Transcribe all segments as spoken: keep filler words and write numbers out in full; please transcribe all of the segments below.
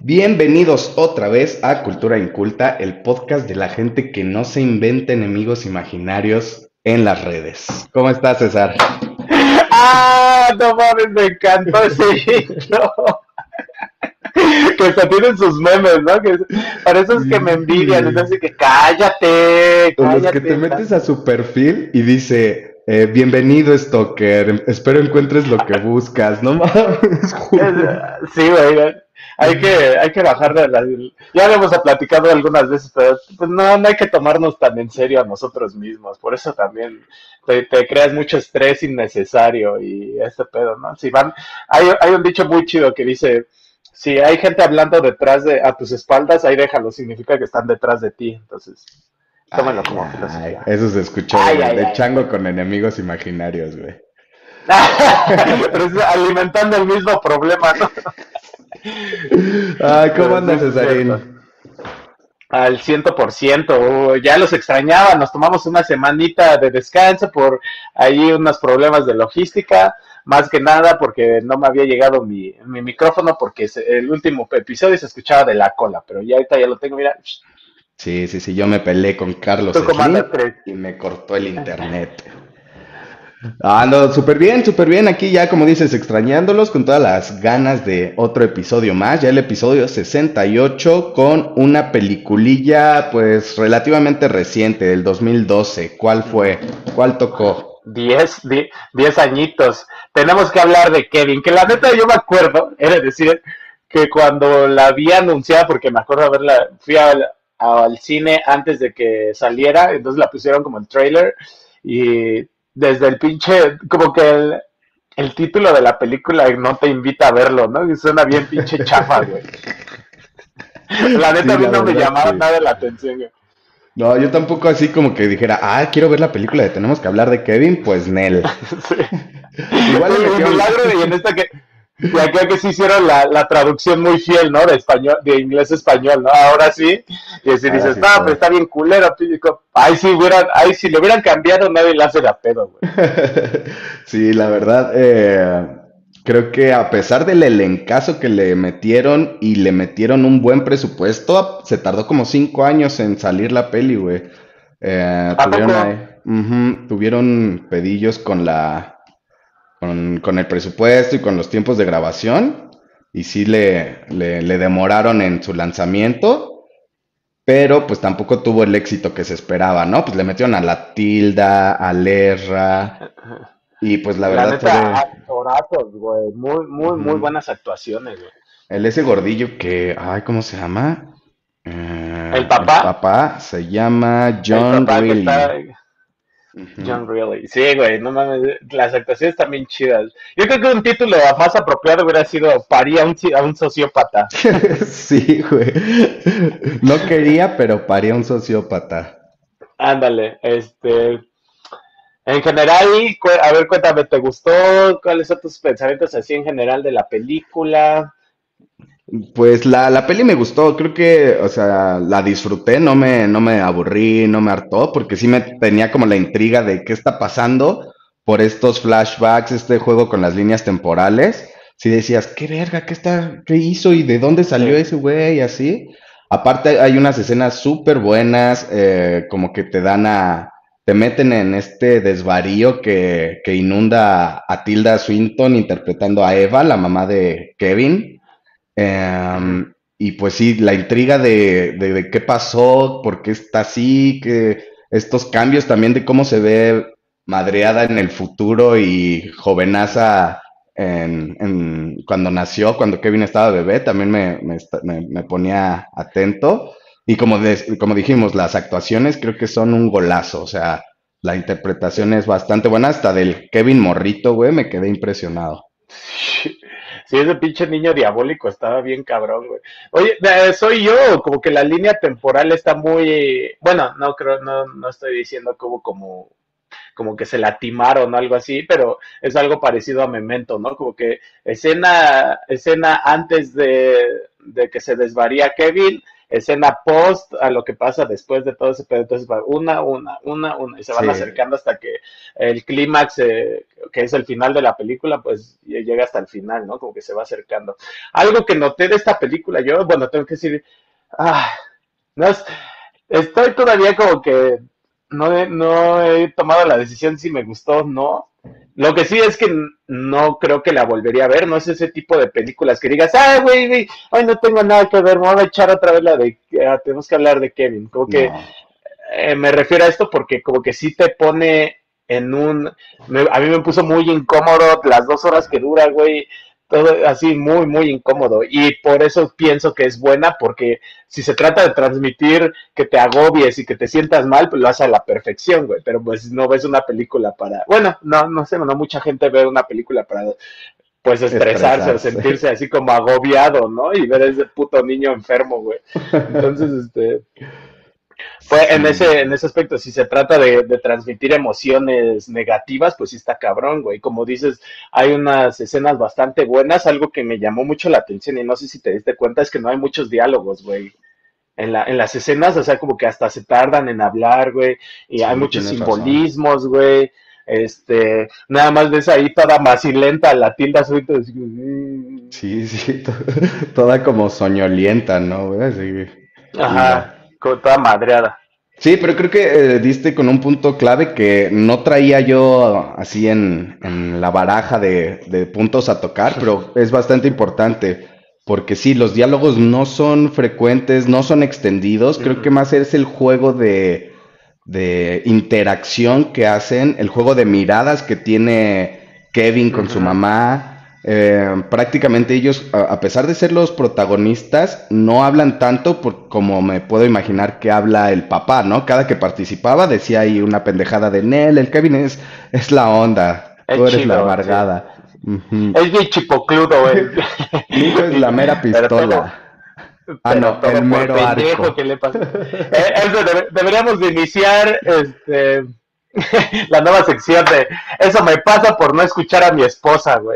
Bienvenidos otra vez a Cultura Inculta, el podcast de la gente que no se inventa enemigos imaginarios en las redes. ¿Cómo estás, César? ¡Ah! No mames, me encantó ese intro. Que hasta tienen sus memes, ¿no? Que para esos que me envidian, Sí. entonces que cállate, O los que te cállate. metes a su perfil y dice, eh, bienvenido, Stalker, espero encuentres lo que buscas. No mames, juro. Es- sí, güey. Hay que, hay que bajar de la. Ya lo hemos platicado algunas veces, pero pues no, no hay que tomarnos tan en serio a nosotros mismos. Por eso también te, te creas mucho estrés innecesario y ese pedo, ¿no? Si van, hay, hay un dicho muy chido que dice, si hay gente hablando detrás de, a tus espaldas, ahí déjalo, significa que están detrás de ti. Entonces, tómenlo Ay, como ay, filosofía. eso se escuchó Ay, de, ay, de ay. chango con enemigos imaginarios, güey. Pero es alimentando el mismo problema, ¿no? Ay, ¿cómo Pero sí, andas, sí es cierto. Cesarín? Al ciento por ciento, ya los extrañaba, nos tomamos una semanita de descanso por ahí unos problemas de logística, más que nada porque no me había llegado mi, mi micrófono porque se- el último episodio se escuchaba de la cola, pero ya ahorita ya lo tengo, mira, Sí, sí, sí, yo me peleé con Carlos tú cómo andas, Slim tres. y me cortó el internet. Ah, no, súper bien, súper bien. Aquí ya, como dices, extrañándolos con todas las ganas de otro episodio más. Ya el episodio sesenta y ocho con una peliculilla, pues, relativamente reciente, del dos mil doce. ¿Cuál fue? ¿Cuál tocó? Diez, di- diez añitos. Tenemos que hablar de Kevin, que la neta yo me acuerdo, era decir, que cuando la vi anunciada, porque me acuerdo haberla, fui al, al cine antes de que saliera, entonces la pusieron como el trailer, y desde el pinche, como que el, el título de la película no te invita a verlo, ¿no? Y suena bien pinche chafa, güey. La neta Sí, a mí la no me verdad, llamaba sí. nada la atención, güey. No, yo tampoco así como que dijera, ah, quiero ver la película de Tenemos que hablar de Kevin, pues Nel. Sí. Igual le Oye, y metieron. milagro, y en esta que, y acá que sí hicieron la, la traducción muy fiel, ¿no? De español, de inglés a español, ¿no? Ahora sí. Y así Ahora dices, sí no, pero fue. está bien culero, típico. Ahí sí hubieran, ahí si le hubieran cambiado, nadie le hace de a pedo, güey. Sí, la verdad, eh, creo que a pesar del elencazo que le metieron y le metieron un buen presupuesto, se tardó como cinco años en salir la peli, güey. Eh, ¿A poco? tuvieron ahí, ujú, tuvieron pedillos con la, con, con el presupuesto y con los tiempos de grabación, y sí le, le, le demoraron en su lanzamiento, pero pues tampoco tuvo el éxito que se esperaba, ¿no? Pues le metieron a la Tilda, a Lerra, y pues la La verdad fue neta, de... actorazos, güey. Muy, muy, muy Ujú. buenas actuaciones, güey. El ese gordillo que, ay, ¿cómo se llama? El Eh, el papá, papá se llama el John papá que está, Reilly. Ujú. John Reilly. Sí, güey, no mames, las actuaciones también chidas. Yo creo que un título más apropiado hubiera sido Paría a un, ci- a un sociópata. Sí, güey. No quería, pero paría un sociópata. Ándale, este, en general, cu- a ver, cuéntame, ¿te gustó? ¿Cuáles son tus pensamientos así en general de la película? Pues la, la peli me gustó, creo que, o sea, la disfruté, no me, no me aburrí, no me hartó, porque sí me tenía como la intriga de qué está pasando por estos flashbacks, este juego con las líneas temporales. Si decías, qué verga, qué está, qué hizo y de dónde Sí. salió ese güey, y así. Aparte hay unas escenas súper buenas, eh, como que te dan a, te meten en este desvarío que, que inunda a Tilda Swinton interpretando a Eva, la mamá de Kevin. Ujú. Em, y pues sí, la intriga de, de, de qué pasó, por qué está así, que estos cambios también de cómo se ve madreada en el futuro y jovenaza en, en- cuando nació, cuando Kevin estaba bebé, también me, me, esta- me- me ponía atento. Y como, de- como dijimos, las actuaciones creo que son un golazo, o sea, la Sí. interpretación es bastante buena, hasta del Kevin Morrito, güey, me quedé impresionado. Sí, ese pinche niño diabólico estaba bien cabrón, güey. Oye, eh, soy yo, como que la línea temporal está muy, bueno, no creo, no, no estoy diciendo que hubo como como que se latimaron o algo así, pero es algo parecido a Memento, ¿no? Como que escena, escena antes de, de que se desvaría Kevin, escena post a lo que pasa después de todo ese pedo. Entonces, va una, una, una, una, y se van Sí, acercando hasta que el clímax, eh, que es el final de la película, pues llega hasta el final, ¿no? Como que se va acercando. Algo que noté de esta película, yo, bueno, tengo que decir, ah, no es, estoy todavía como que no he, no he tomado la decisión si me gustó o no. Lo que sí es que n- no creo que la volvería a ver, no es ese tipo de películas que digas, ah, güey, güey, hoy no tengo nada que ver, me voy a echar otra vez la de, ah, tenemos que hablar de Kevin. Como que no, eh, me refiero a esto porque como que sí te pone en un... me- a mí me puso muy incómodo las dos horas que dura, güey. Todo así muy, muy incómodo. Y por eso pienso que es buena, porque si se trata de transmitir que te agobies y que te sientas mal, pues lo hace a la perfección, güey. Pero pues no ves una película para... Bueno, no, no sé, no mucha gente ve una película para pues estresarse o estresarse. sentirse así como agobiado, ¿no? Y ver a ese puto niño enfermo, güey. Entonces, este, pues en ese, Sí, en ese aspecto, si se trata de, de transmitir emociones negativas, pues sí está cabrón, güey. Como dices, hay unas escenas bastante buenas. Algo que me llamó mucho la atención y no sé si te diste cuenta es que no hay muchos diálogos, güey. En la, en las escenas, o sea, como que hasta se tardan en hablar, güey. Y hay sí, muchos tienes razón. simbolismos, güey. Este, nada más ves ahí toda macilenta la tilda suelta, así como, mm. Sí, sí, to- toda como soñolienta, ¿no, güey? Así, Ajá, Tilda. como toda madreada. Sí, pero creo que eh, diste con un punto clave que no traía yo así en, en la baraja de, de puntos a tocar, pero es bastante importante, porque sí, los diálogos no son frecuentes, no son extendidos, creo que Mm-mm. más es el juego de, de interacción que hacen, el juego de miradas que tiene Kevin con su Ujú. mamá. Eh, prácticamente ellos, a, a pesar de ser los protagonistas, no hablan tanto por, como me puedo imaginar que habla el papá, ¿no? Cada que participaba decía ahí una pendejada de Nel, el Kevin es, es la onda, Es tú eres la chido, sí. amargada. Ujú. Es bien chipocludo, güey. Mi hijo es la mera Pero todo, pistola. Ah, pero no, el todo por mero pendejo, arco. ¿qué le pasa? Eh, eso debe- deberíamos de iniciar este la nueva sección de eso me pasa por no escuchar a mi esposa, güey.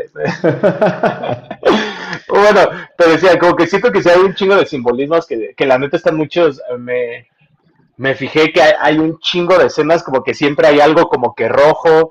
Bueno, te decía, como que siento que sí hay un chingo de simbolismos que, que la neta están muchos, eh, me, me fijé que hay, hay un chingo de escenas como que siempre hay algo como que rojo,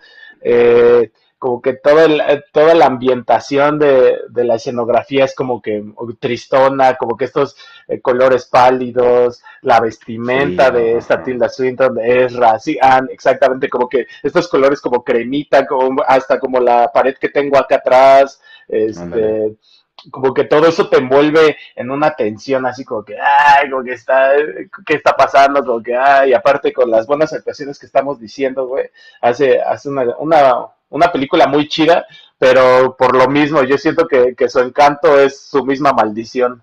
eh, como que todo el- eh, toda la ambientación de, de la escenografía es como que tristona, como que estos eh, colores pálidos, la vestimenta Frío, de esta ajá. Tilda Swinton, de Ezra, sí, ah, exactamente, como que estos colores como cremita, como, hasta como la pared que tengo acá atrás, Ándale. este, como que todo eso te envuelve en una tensión así como que, ay, como que está, ¿qué está pasando? Como que, ay, aparte con las buenas actuaciones que estamos diciendo, güey, hace, hace una, una, una película muy chida, pero por lo mismo yo siento que, que su encanto es su misma maldición.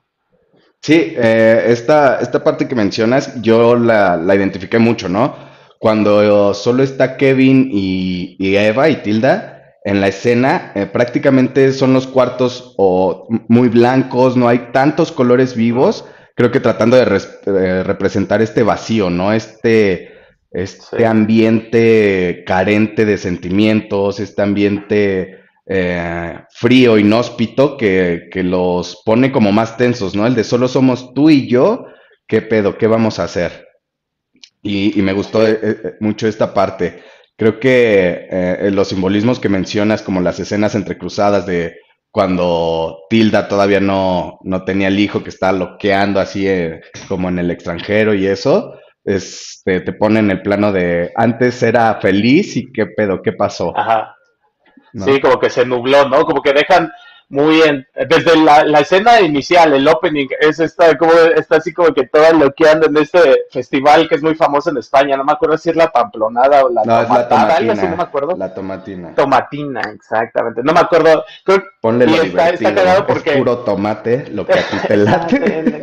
Sí, eh, esta, esta parte que mencionas, yo la, la identifiqué mucho, ¿no? Cuando solo está Kevin y, y Eva y Tilda en la escena, eh, prácticamente son los cuartos o muy blancos, no hay tantos colores Mm, vivos, creo que tratando de res- eh, representar este vacío, ¿no? Este, sí, este ambiente carente de sentimientos, este ambiente eh, frío, inhóspito, que, que los pone como más tensos, ¿no? El de solo somos tú y yo, ¿qué pedo? ¿Qué vamos a hacer? Y, y me gustó sí. eh, eh, mucho esta parte. Creo que eh, los simbolismos que mencionas, como las escenas entrecruzadas de cuando Tilda todavía no, no tenía el hijo que estaba loqueando así eh, como en el extranjero y eso, este, te pone en el plano de antes era feliz y qué pedo, qué pasó, Ajá. Sí, ¿no? como que se nubló, ¿no? Como que dejan muy en, desde la, la escena inicial, el opening, es esta, como, está así como que todo loqueando en este festival que es muy famoso en España, no me acuerdo si es la Pamplonada o la No, es la Tomatada, algo así, tomatina, no me acuerdo. la tomatina. Tomatina, exactamente, no me acuerdo, creo, Ponle y lo está, está divertido. cagado Es porque puro tomate, lo que a ti te exacto, late.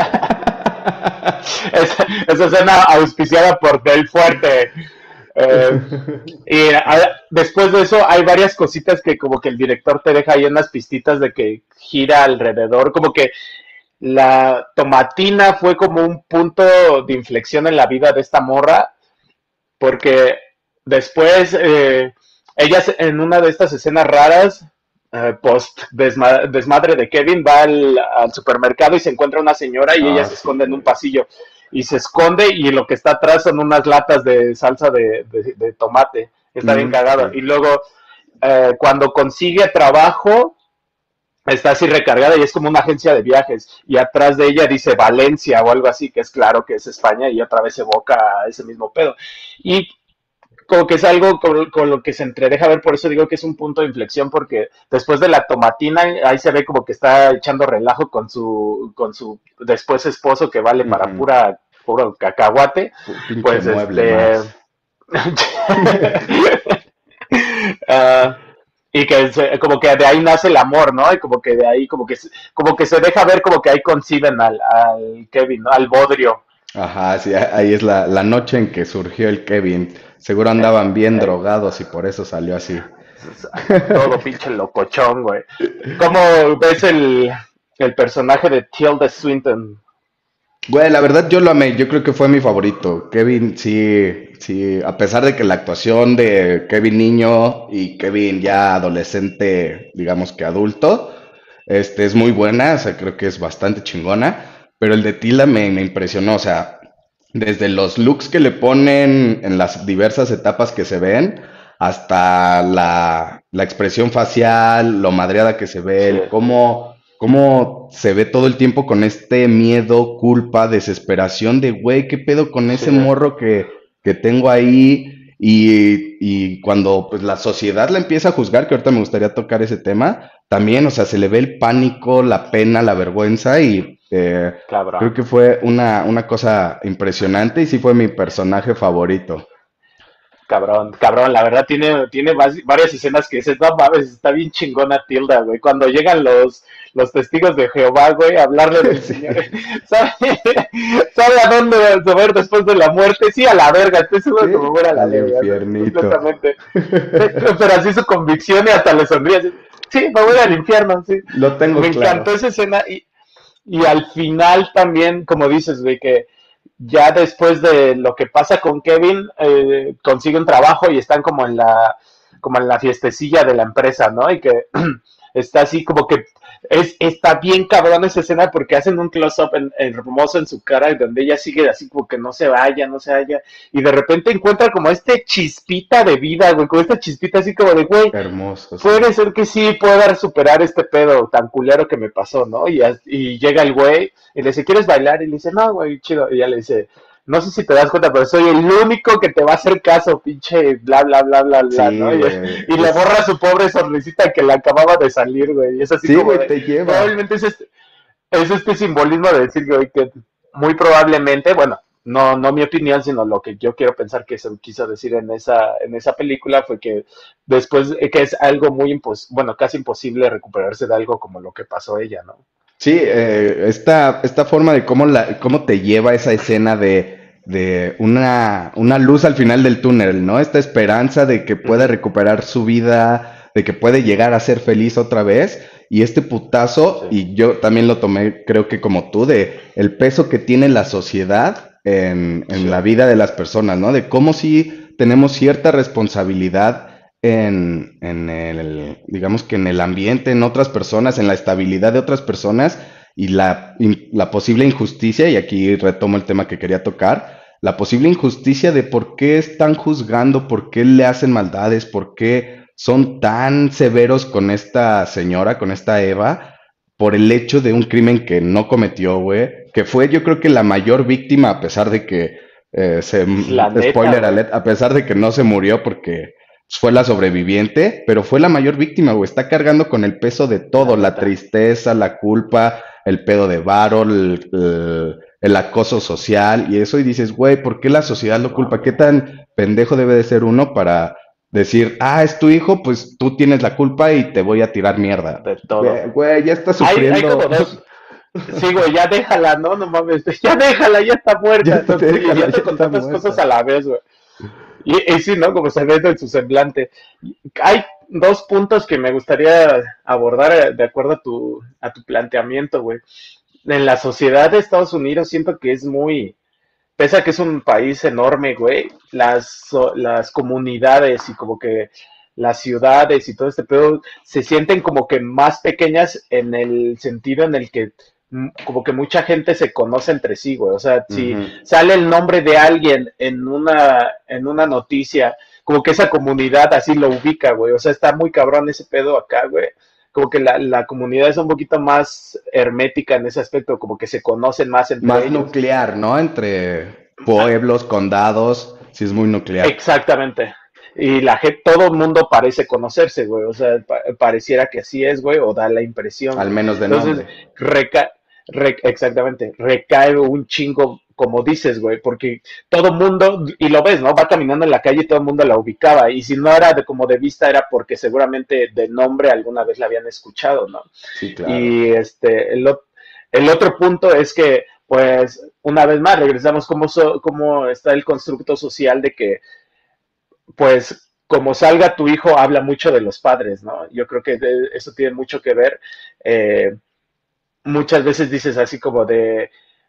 esa, esa escena auspiciada por Del Fuerte. Eh, y a- después de eso hay varias cositas que como que el director te deja ahí unas pistitas de que gira alrededor, como que la tomatina fue como un punto de inflexión en la vida de esta morra, porque después eh, ella en una de estas escenas raras eh, post desma- desmadre de Kevin, va al, al supermercado y se encuentra una señora y ella Ah, se sí, esconde en un güey. pasillo y se esconde y lo que está atrás son unas latas de salsa de, de, de tomate. Está bien Mm, cagado. sí. Y luego eh, cuando consigue trabajo está así recargada y es como una agencia de viajes y atrás de ella dice Valencia o algo así, que es claro que es España y otra vez evoca a ese mismo pedo. Y como que es algo con, con, lo que se entredeja ver, por eso digo que es un punto de inflexión, porque después de la tomatina, ahí se ve como que está echando relajo con su, con su después esposo que vale para Ujú. pura, puro cacahuate, Pu- Pinche pues mueble este, más. uh, y que se, como que de ahí nace el amor, ¿no? Y como que de ahí, como que, como que se deja ver, como que ahí conciben al, al Kevin, ¿no? Al Bodrio. Ajá, sí, a- ahí es la, la noche en que surgió el Kevin. Seguro Eh, andaban bien eh, drogados y por eso salió así. todo pinche locochón, güey. ¿Cómo ves el, el personaje de Tilda Swinton? Güey, la verdad yo lo amé, yo creo que fue mi favorito. Kevin, sí, sí, a pesar de que la actuación de Kevin niño y Kevin ya adolescente, digamos que adulto, este es muy buena, o sea, creo que es bastante chingona, pero el de Tila me, me impresionó, o sea, desde los looks que le ponen en las diversas etapas que se ven, hasta la, la expresión facial, lo madreada que se ve, Sí, el cómo, cómo se ve todo el tiempo con este miedo, culpa, desesperación de, güey, ¿qué pedo con sí, ese morro que, que tengo ahí? Y, y cuando pues la sociedad la empieza a juzgar, que ahorita me gustaría tocar ese tema, también, o sea, se le ve el pánico, la pena, la vergüenza y eh, creo cabrón. que fue una, una cosa impresionante y sí fue mi personaje favorito. Cabrón, cabrón, la verdad tiene, tiene vas- varias escenas que dices, no mames, está bien chingona Tilda, güey. Cuando llegan los, los testigos de Jehová, güey, a hablarle del Sí, Señor, ¿sabe, sabe a dónde se ver después de la muerte? Sí, a la verga, estoy seguro que me sí, voy a la al verga, ¿no? infiernito. Completamente. Pero así su convicción y hasta le sonríe, así, sí, me voy al infierno, sí. Lo Me tengo claro. encantó esa escena y, y al final también, como dices, güey, que ya después de lo que pasa con Kevin, eh, consigue un trabajo y están como en la, como en la fiestecilla de la empresa, ¿no? Y que está así como que es, está bien cabrón esa escena porque hacen un close-up en- en- hermoso en su cara y donde ella sigue así como que no se vaya, no se vaya, y de repente encuentra como este chispita de vida, güey, como esta chispita así como de, güey, Hermoso, sí. puede ser que sí pueda superar este pedo tan culero que me pasó, ¿no? Y, as- y llega el güey y le dice, ¿quieres bailar? Y le dice, no, güey, chido. Y ella le dice, no sé si te das cuenta, pero soy el único que te va a hacer caso, pinche, bla, bla, bla, bla, bla, Sí, ¿no? Y, güey. y le Es... borra su pobre sonrisita que le acababa de salir, güey. Y es así Sí, como güey, de, te lleva. probablemente es este, es este simbolismo de decir, güey, que muy probablemente, bueno, no, no mi opinión, sino lo que yo quiero pensar que se quiso decir en esa, en esa película fue que después, eh, que es algo muy impos bueno, casi imposible recuperarse de algo como lo que pasó ella, ¿no? Sí, eh, esta, esta forma de cómo, la, cómo te lleva esa escena de, de una, una luz al final del túnel, ¿no? Esta esperanza de que puede Ujú, recuperar su vida, de que puede llegar a ser feliz otra vez. Y este putazo, sí, y yo también lo tomé, creo que como tú, de el peso que tiene la sociedad en, en sí, la vida de las personas, ¿no? De cómo si tenemos cierta responsabilidad en, en el, digamos que en el ambiente, en otras personas, en la estabilidad de otras personas y la, in- la posible injusticia, y aquí retomo el tema que quería tocar, la posible injusticia de por qué están juzgando, por qué le hacen maldades, por qué son tan severos con esta señora, con esta Eva, por el hecho de un crimen que no cometió, güey, que fue yo creo que la mayor víctima, a pesar de que, eh, se, la neta, spoiler güey. alert, a pesar de que no se murió porque fue la sobreviviente, pero fue la mayor víctima, güey. Está cargando con el peso de La todo, la neta. tristeza, la culpa, el pedo de varo, el, el- el acoso social y eso. Y dices, güey, ¿por qué la sociedad lo No, culpa? ¿Qué hombre, tan pendejo debe de ser uno para decir, ah, es tu hijo, pues tú tienes la culpa y te voy a tirar mierda? de Güey, todo. güey, ya está Hay, hay como sufriendo. dos. Sí, güey, ya déjala, no, no mames, ya déjala, ya está Ya muerta. está, No, déjala, ya lidiando con está tantas cosas muerta. a la vez, güey. Y, y sí, ¿no? Como se ve en su semblante. Hay dos puntos que me gustaría abordar eh, de acuerdo a tu, a tu planteamiento, güey. En la sociedad de Estados Unidos siento que es muy, pese a que es un país enorme, güey, las, so- las comunidades y como que las ciudades y todo este pedo se sienten como que más pequeñas en el sentido en el que mm, como que mucha gente se conoce entre sí, güey. O sea, si Ujú. sale el nombre de alguien en una, en una noticia, como que esa comunidad así lo ubica, güey. O sea, está muy cabrón ese pedo acá, güey. Como que la, la comunidad es un poquito más hermética en ese aspecto, como que se conocen más entre Más ellos. nuclear, ¿no? Entre pueblos, condados, sí es muy nuclear, Exactamente. Y la gente, todo el mundo parece conocerse, güey. O sea, pa- pareciera que así es, güey, o da la impresión, al güey. menos de Entonces, nombre. reca re- exactamente, recae un chingo, como dices, güey, porque todo el mundo, y lo ves, ¿no? Va caminando en la calle y todo el mundo la ubicaba. Y si no era de como de vista, era porque seguramente de nombre alguna vez la habían escuchado, ¿no? Sí, claro. Y este, el, ot- el otro punto es que, pues, una vez más, regresamos como, so, como está el constructo social de que pues como salga tu hijo, habla mucho de los padres, ¿no? Yo creo que de, eso tiene mucho que ver. Eh, muchas veces dices así como de,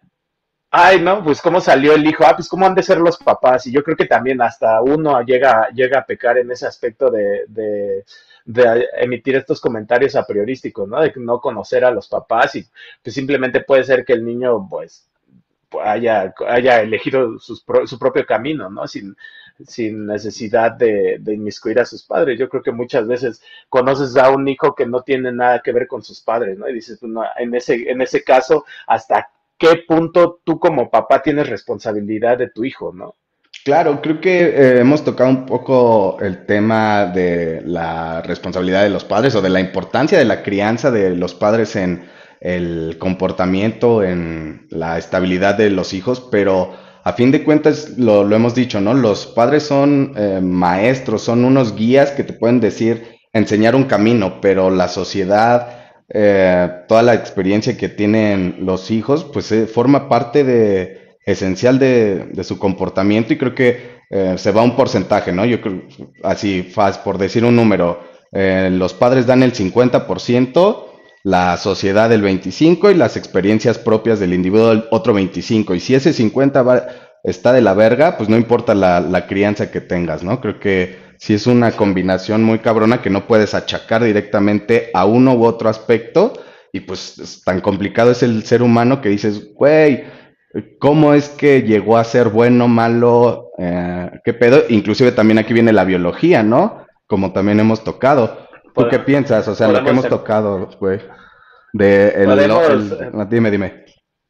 ay, no, pues cómo salió el hijo, ah, pues cómo han de ser los papás. Y yo creo que también hasta uno llega, llega a pecar en ese aspecto de, de, de emitir estos comentarios a priorísticos, ¿no? De no conocer a los papás y pues simplemente puede ser que el niño, pues, haya, haya elegido sus pro, su propio camino, ¿no? Sin, sin necesidad de, de, inmiscuir a sus padres. Yo creo que muchas veces conoces a un hijo que no tiene nada que ver con sus padres, ¿no? Y dices, pues, no, en, ese, en ese caso, ¿hasta qué punto tú como papá tienes responsabilidad de tu hijo, ¿no? Claro, creo que eh, hemos tocado un poco el tema de la responsabilidad de los padres o de la importancia de la crianza de los padres en el comportamiento, en la estabilidad de los hijos, pero a fin de cuentas lo, lo hemos dicho, ¿no? Los padres son eh, maestros, son unos guías que te pueden decir, enseñar un camino, pero la sociedad, eh, toda la experiencia que tienen los hijos, pues eh, forma parte de esencial de, de su comportamiento y creo que eh, se va a un porcentaje, ¿no? Yo creo, así, fast, por decir un número, eh, los padres dan el cincuenta por ciento, la sociedad el veinticinco por ciento y las experiencias propias del individuo el otro veinticinco por ciento. Y si ese cincuenta por ciento va, está de la verga, pues no importa la, la crianza que tengas, ¿no? Creo que sí es una Sí. combinación muy cabrona que no puedes achacar directamente a uno u otro aspecto y pues es tan complicado es el ser humano que dices, güey, ¿cómo es que llegó a ser bueno, malo? Eh, ¿qué pedo? Inclusive también aquí viene la biología, ¿no? Como también hemos tocado. ¿Tú qué Podemos, piensas? O sea, lo que podemos, hemos em, tocado, güey. De el, lo- podemos, el, no, dime, dime.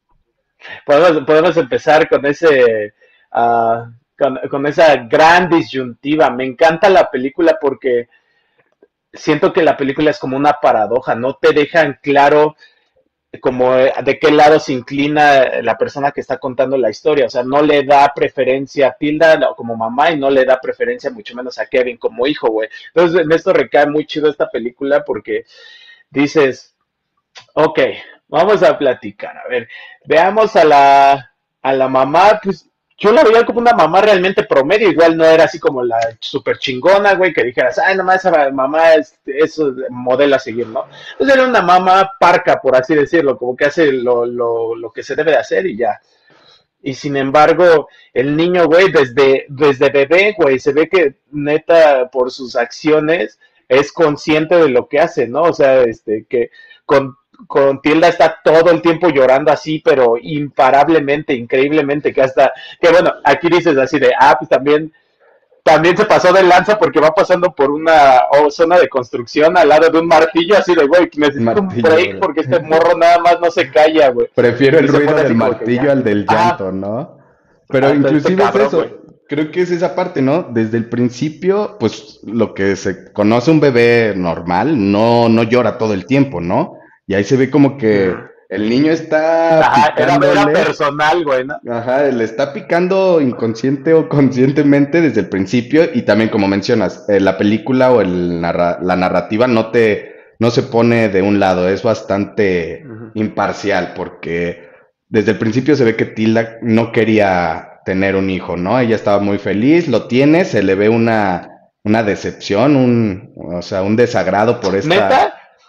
podemos, podemos empezar con ese, uh, con, con esa gran disyuntiva. Me encanta la película porque siento que la película es como una paradoja, no te dejan claro como de qué lado se inclina la persona que está contando la historia, o sea, no le da preferencia a Tilda como mamá y no le da preferencia mucho menos a Kevin como hijo, güey. Entonces en esto recae muy chido esta película porque dices, ok, vamos a platicar, a ver, veamos a la, a la mamá, pues yo la veía como una mamá realmente promedio, igual no era así como la super chingona, güey, que dijeras, ay, nomás esa mamá es, es modelo a seguir, ¿no? Pues era una mamá parca, por así decirlo, como que hace lo, lo, lo que se debe de hacer y ya. Y sin embargo, el niño, güey, desde, desde bebé, güey, se ve que neta por sus acciones es consciente de lo que hace, ¿no? O sea, este, que con, con Tilda está todo el tiempo llorando así, pero imparablemente, increíblemente, que hasta, que bueno, aquí dices así de, ah, pues también, también se pasó de lanza porque va pasando por una oh, zona de construcción al lado de un martillo, así de, güey, necesito un Martillo, break güey. porque este morro nada más no se calla, güey. Prefiero el Y se ruido pone del así como que martillo ya. al del Ajá, llanto, ¿no? Pero hasta este inclusive es cabrón, güey. eso, creo que es esa parte, ¿no? Desde el principio, pues lo que se conoce un bebé normal no, no llora todo el tiempo, ¿no? Y ahí se ve como que el niño está Ajá, era, era picándole, personal, güey, ¿no? ajá, le está picando inconsciente o conscientemente desde el principio y también como mencionas, eh, la película o el narra- la narrativa no te, no se pone de un lado, es bastante Ujú. imparcial porque desde el principio se ve que Tilda no quería tener un hijo, ¿no? Ella estaba muy feliz, lo tiene, se le ve una, una decepción, un, o sea, un desagrado por esta, ¿Neta?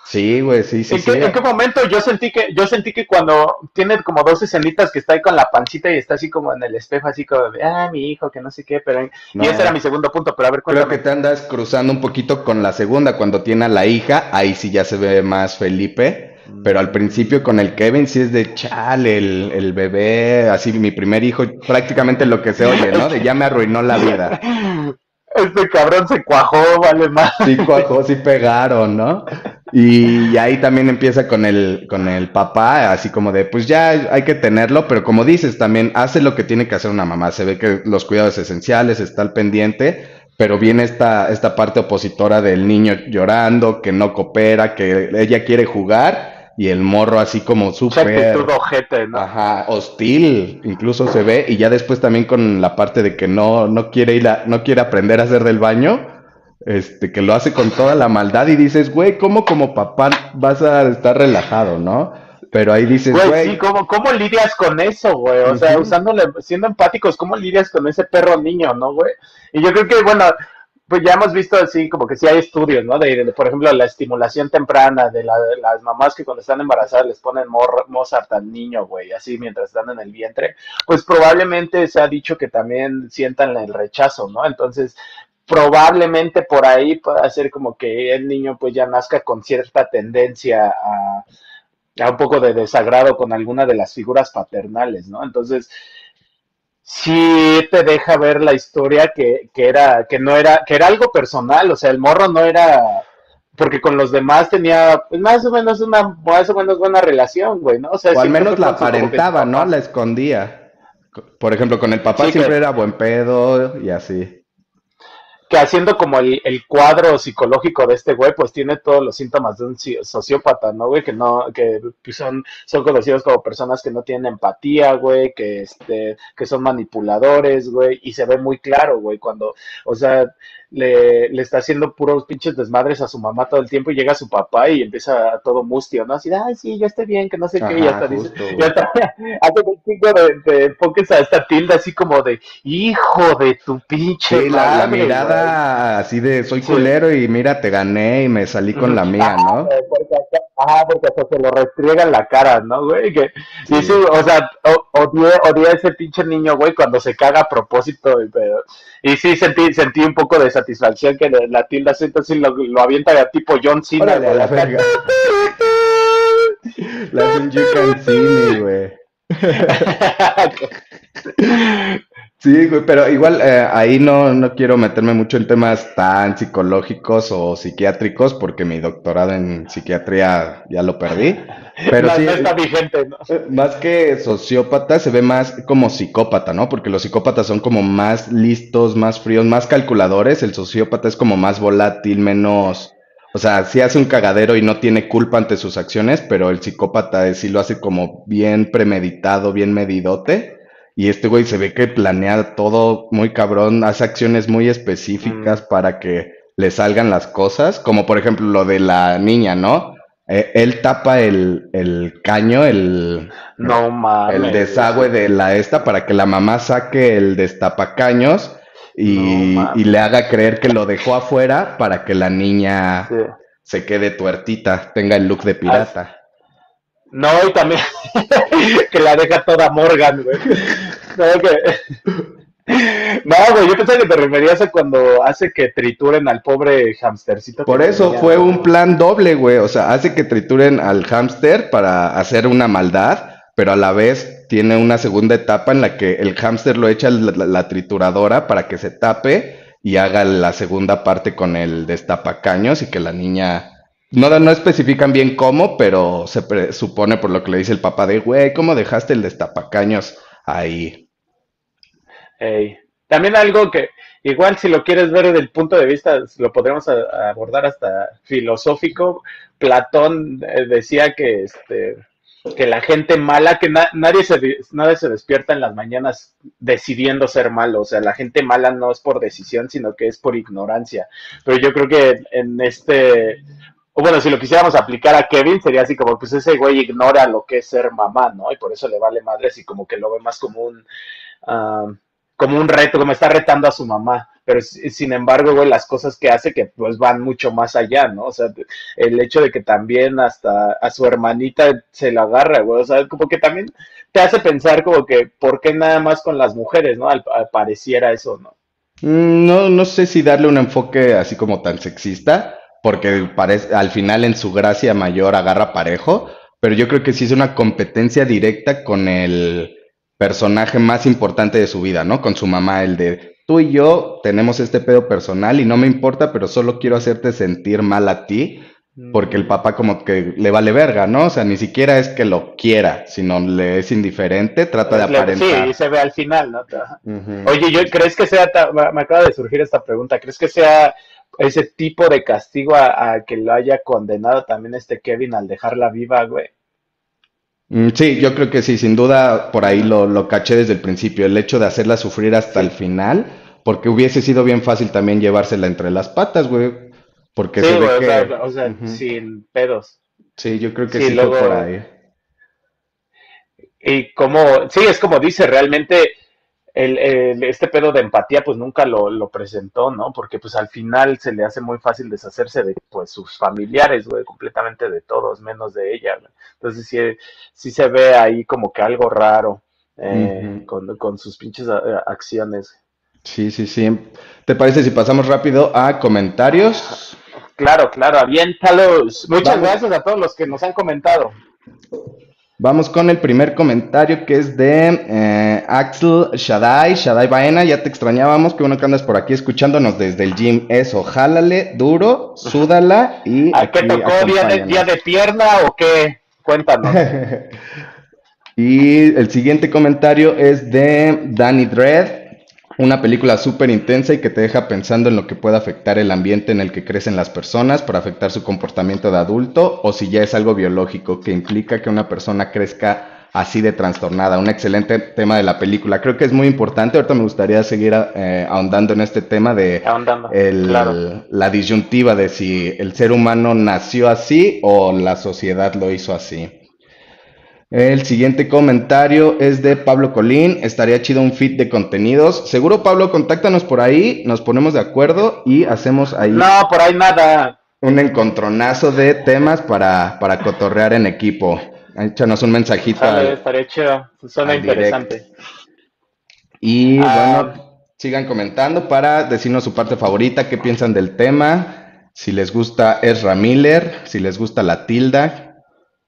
Sí, güey, sí, sí, ¿En sí. qué, en qué momento yo sentí que, yo sentí que cuando tiene como dos escenitas que está ahí con la pancita y está así como en el espejo, así como de, ah, mi hijo, que no sé qué, pero, y ese era mi No, segundo punto, pero a ver, creo que cuéntame. te andas cruzando un poquito con la segunda, cuando tiene a la hija, ahí sí ya se ve más Felipe, pero al principio con el Kevin sí es de chale, el, el bebé, así mi primer hijo, prácticamente lo que se oye, ¿no? De ya me arruinó la vida. Este cabrón se cuajó, vale Sí madre. cuajó, sí pegaron, ¿no? Y ahí también empieza con el, con el papá, así como de, pues ya hay que tenerlo, pero como dices, también hace lo que tiene que hacer una mamá. Se ve que los cuidados esenciales, está al pendiente, pero viene esta, esta parte opositora del niño llorando, que no coopera, que ella quiere jugar, y el morro así como Mucha actitud súper, ojete, ¿no? ajá, hostil, incluso se ve, y ya después también con la parte de que no, no quiere ir a, no quiere aprender a hacer del baño, este, que lo hace con toda la maldad y dices, güey, ¿cómo como papá vas a estar relajado, no? Pero ahí dices, Güey, sí, güey, ¿cómo, ¿cómo lidias con eso, güey? O sea, ujú, usándole, siendo empáticos, ¿cómo lidias con ese perro niño, no, güey? Y yo creo que, bueno, pues ya hemos visto así, como que sí hay estudios, ¿no? De, de, por ejemplo, la estimulación temprana de, la, de las mamás que cuando están embarazadas les ponen mor, Mozart al niño, güey, así mientras están en el vientre, pues probablemente se ha dicho que también sientan el rechazo, ¿no? Entonces, probablemente por ahí pueda ser como que el niño pues ya nazca con cierta tendencia a a un poco de desagrado con alguna de las figuras paternales, ¿no? Entonces, sí te deja ver la historia que, que era, que no era, que era algo personal, o sea, el morro no era, porque con los demás tenía, pues más o menos una, más o menos buena relación, güey, ¿no? O sea, o al siempre menos fue la con su, como que su aparentaba, ¿no? papá. La escondía. Por ejemplo, con el papá Sí, siempre que, era buen pedo y así. que haciendo como el, el cuadro psicológico de este güey, pues tiene todos los síntomas de un si- sociópata, ¿no, güey? Que no, que pues, son, son conocidos como personas que no tienen empatía, güey, que este, que son manipuladores, güey, y se ve muy claro, güey, cuando, o sea, le, le está haciendo puros pinches desmadres a su mamá todo el tiempo y llega su papá y empieza a todo mustio, ¿no? Así, ay, sí, yo estoy bien, que no sé qué, y Ajá, hasta dice, justo, y güey. hasta hace un chingo de, de enfoques a esta tilde así como de, hijo de tu pinche Sí, la, la madre, güey. mirada así de soy Sí. culero y mira, te gané y me salí con Ujú. la mía, Ajá, ¿no? güey, porque hasta, ajá, porque hasta se lo restriega en la cara, ¿no, güey? Que, y sí, Sí. o sea, o- odié, odié a ese pinche niño, güey, cuando se caga a propósito, y, pero, y sí sentí, sentí un poco de satisfacción que la tilda siento así lo, lo avienta de tipo John Cena, Órale a güey, la acá. verga. Le hace un you can see me, güey. Sí, güey, pero igual eh, ahí no, no quiero meterme mucho en temas tan psicológicos o psiquiátricos porque mi doctorado en psiquiatría ya lo perdí. Pero No, sí, no está vigente, ¿no? eh, más que sociópata se ve más como psicópata, ¿no? Porque los psicópatas son como más listos, más fríos, más calculadores. El sociópata es como más volátil, menos... O sea, sí hace un cagadero y no tiene culpa ante sus acciones, pero el psicópata es- sí lo hace como bien premeditado, bien medidote. Y este güey se ve que planea todo muy cabrón, hace acciones muy específicas Mm, para que le salgan las cosas, como por ejemplo lo de la niña, ¿no? Eh, él tapa el, el caño, el, no el mames, güey, sí. desagüe de la esta para que la mamá saque el destapacaños No y, y le mames. haga creer que lo dejó afuera para que la Sí. niña se quede tuertita, tenga el look de As- pirata. no, y también que la deja toda Morgan, güey. No, que, no, güey, yo pensaba que te referías a cuando hace que trituren al pobre hamstercito que Por eso tenía, fue ¿no, un güey? plan doble, güey. O sea, hace que trituren al hámster para hacer una maldad, pero a la vez tiene una segunda etapa en la que el hámster lo echa a la, la- la trituradora para que se tape y haga la segunda parte con el destapacaños y que la niña... No, no especifican bien cómo, pero se presupone por lo que le dice el papá de, güey, ¿cómo dejaste el destapacaños ahí? Ey. También algo que, igual si lo quieres ver desde el punto de vista, lo podríamos a- a abordar hasta filosófico. Platón eh, decía que, este, que la gente mala, que na- nadie, se, de- nadie se despierta en las mañanas decidiendo ser malo. O sea, la gente mala no es por decisión, sino que es por ignorancia. Pero yo creo que en este, o bueno, si lo quisiéramos aplicar a Kevin, sería así como, pues ese güey ignora lo que es ser mamá, ¿no? Y por eso le vale madres y como que lo ve más como un, ah, como un reto, como está retando a su mamá. pero s- sin embargo, güey, las cosas que hace que pues van mucho más allá, ¿no? O sea, te- el hecho de que también hasta a su hermanita se la agarra, güey, o sea, como que también te hace pensar como que, ¿por qué nada más con las mujeres, ¿no? Al, al pareciera eso, ¿no? Mm, No, no sé si darle un enfoque así como tan sexista, porque parece, al final en su gracia mayor agarra parejo, pero yo creo que sí es una competencia directa con el personaje más importante de su vida, ¿no? Con su mamá, el de tú y yo tenemos este pedo personal y no me importa, pero solo quiero hacerte sentir mal a ti, porque el Mm. papá como que le vale verga, ¿no? O sea, ni siquiera es que lo quiera, sino le es indiferente, trata de Es le- sí, aparentar. se ve al final, ¿no? Ajá. Ujú, Oye, yo, justo. ¿crees que sea, ta- me me acaba de surgir esta pregunta, ¿crees que sea ese tipo de castigo a, a que lo haya condenado también este Kevin al dejarla viva, güey? Mm, Sí, yo creo que sí, sin duda por ahí Ajá. lo, lo caché desde el principio, el hecho de hacerla sufrir hasta el Sí, final, porque hubiese sido bien fácil también llevársela entre las patas, güey, porque sí, se ve güey, o sea, que... o sea, Ujú. sin pedos. Sí, yo creo que Sí, sí fue por luego, ahí. y como, sí, es como dice, realmente el, el- este pedo de empatía pues nunca lo, lo presentó, ¿no? Porque pues al final se le hace muy fácil deshacerse de pues sus familiares, güey, completamente de todos, menos de ella, güey. Entonces sí, sí se ve ahí como que algo raro Ujú. eh, con, con sus pinches a- acciones. Sí, sí, sí. ¿Te parece si pasamos rápido a comentarios? Claro, claro, aviéntalos. Muchas Vamos, gracias a todos los que nos han comentado. vamos con el primer comentario que es de eh, Axel Shaddai, Shaddai Baena, ya te extrañábamos, qué bueno que andas por aquí escuchándonos desde el gym. Eso, jálale duro, súdala y ¿A qué aquí tocó? ¿Día de, día de acompáñanos. pierna o qué? Cuéntanos. Y el siguiente comentario es de Danny Dredd, una película súper intensa y que te deja pensando en lo que puede afectar el ambiente en el que crecen las personas por afectar su comportamiento de adulto o si ya es algo biológico que implica que una persona crezca así de trastornada. Un excelente tema de la película. Creo que es muy importante. Ahorita me gustaría seguir eh, ahondando en este tema de Ahondando. Claro. el- la disyuntiva de si el ser humano nació así o la sociedad lo hizo así. El siguiente comentario es de Pablo Colín. Estaría chido un feed de contenidos. Seguro, Pablo, contáctanos por ahí, nos ponemos de acuerdo y hacemos ahí No, por ahí nada. un encontronazo de temas para, para cotorrear en equipo. Échanos un mensajito Sale, al, estaré chido. Suena al direct. interesante. Y Ah, bueno, sigan comentando para decirnos su parte favorita, qué piensan del tema, si les gusta Ezra Miller, si les gusta la tilda.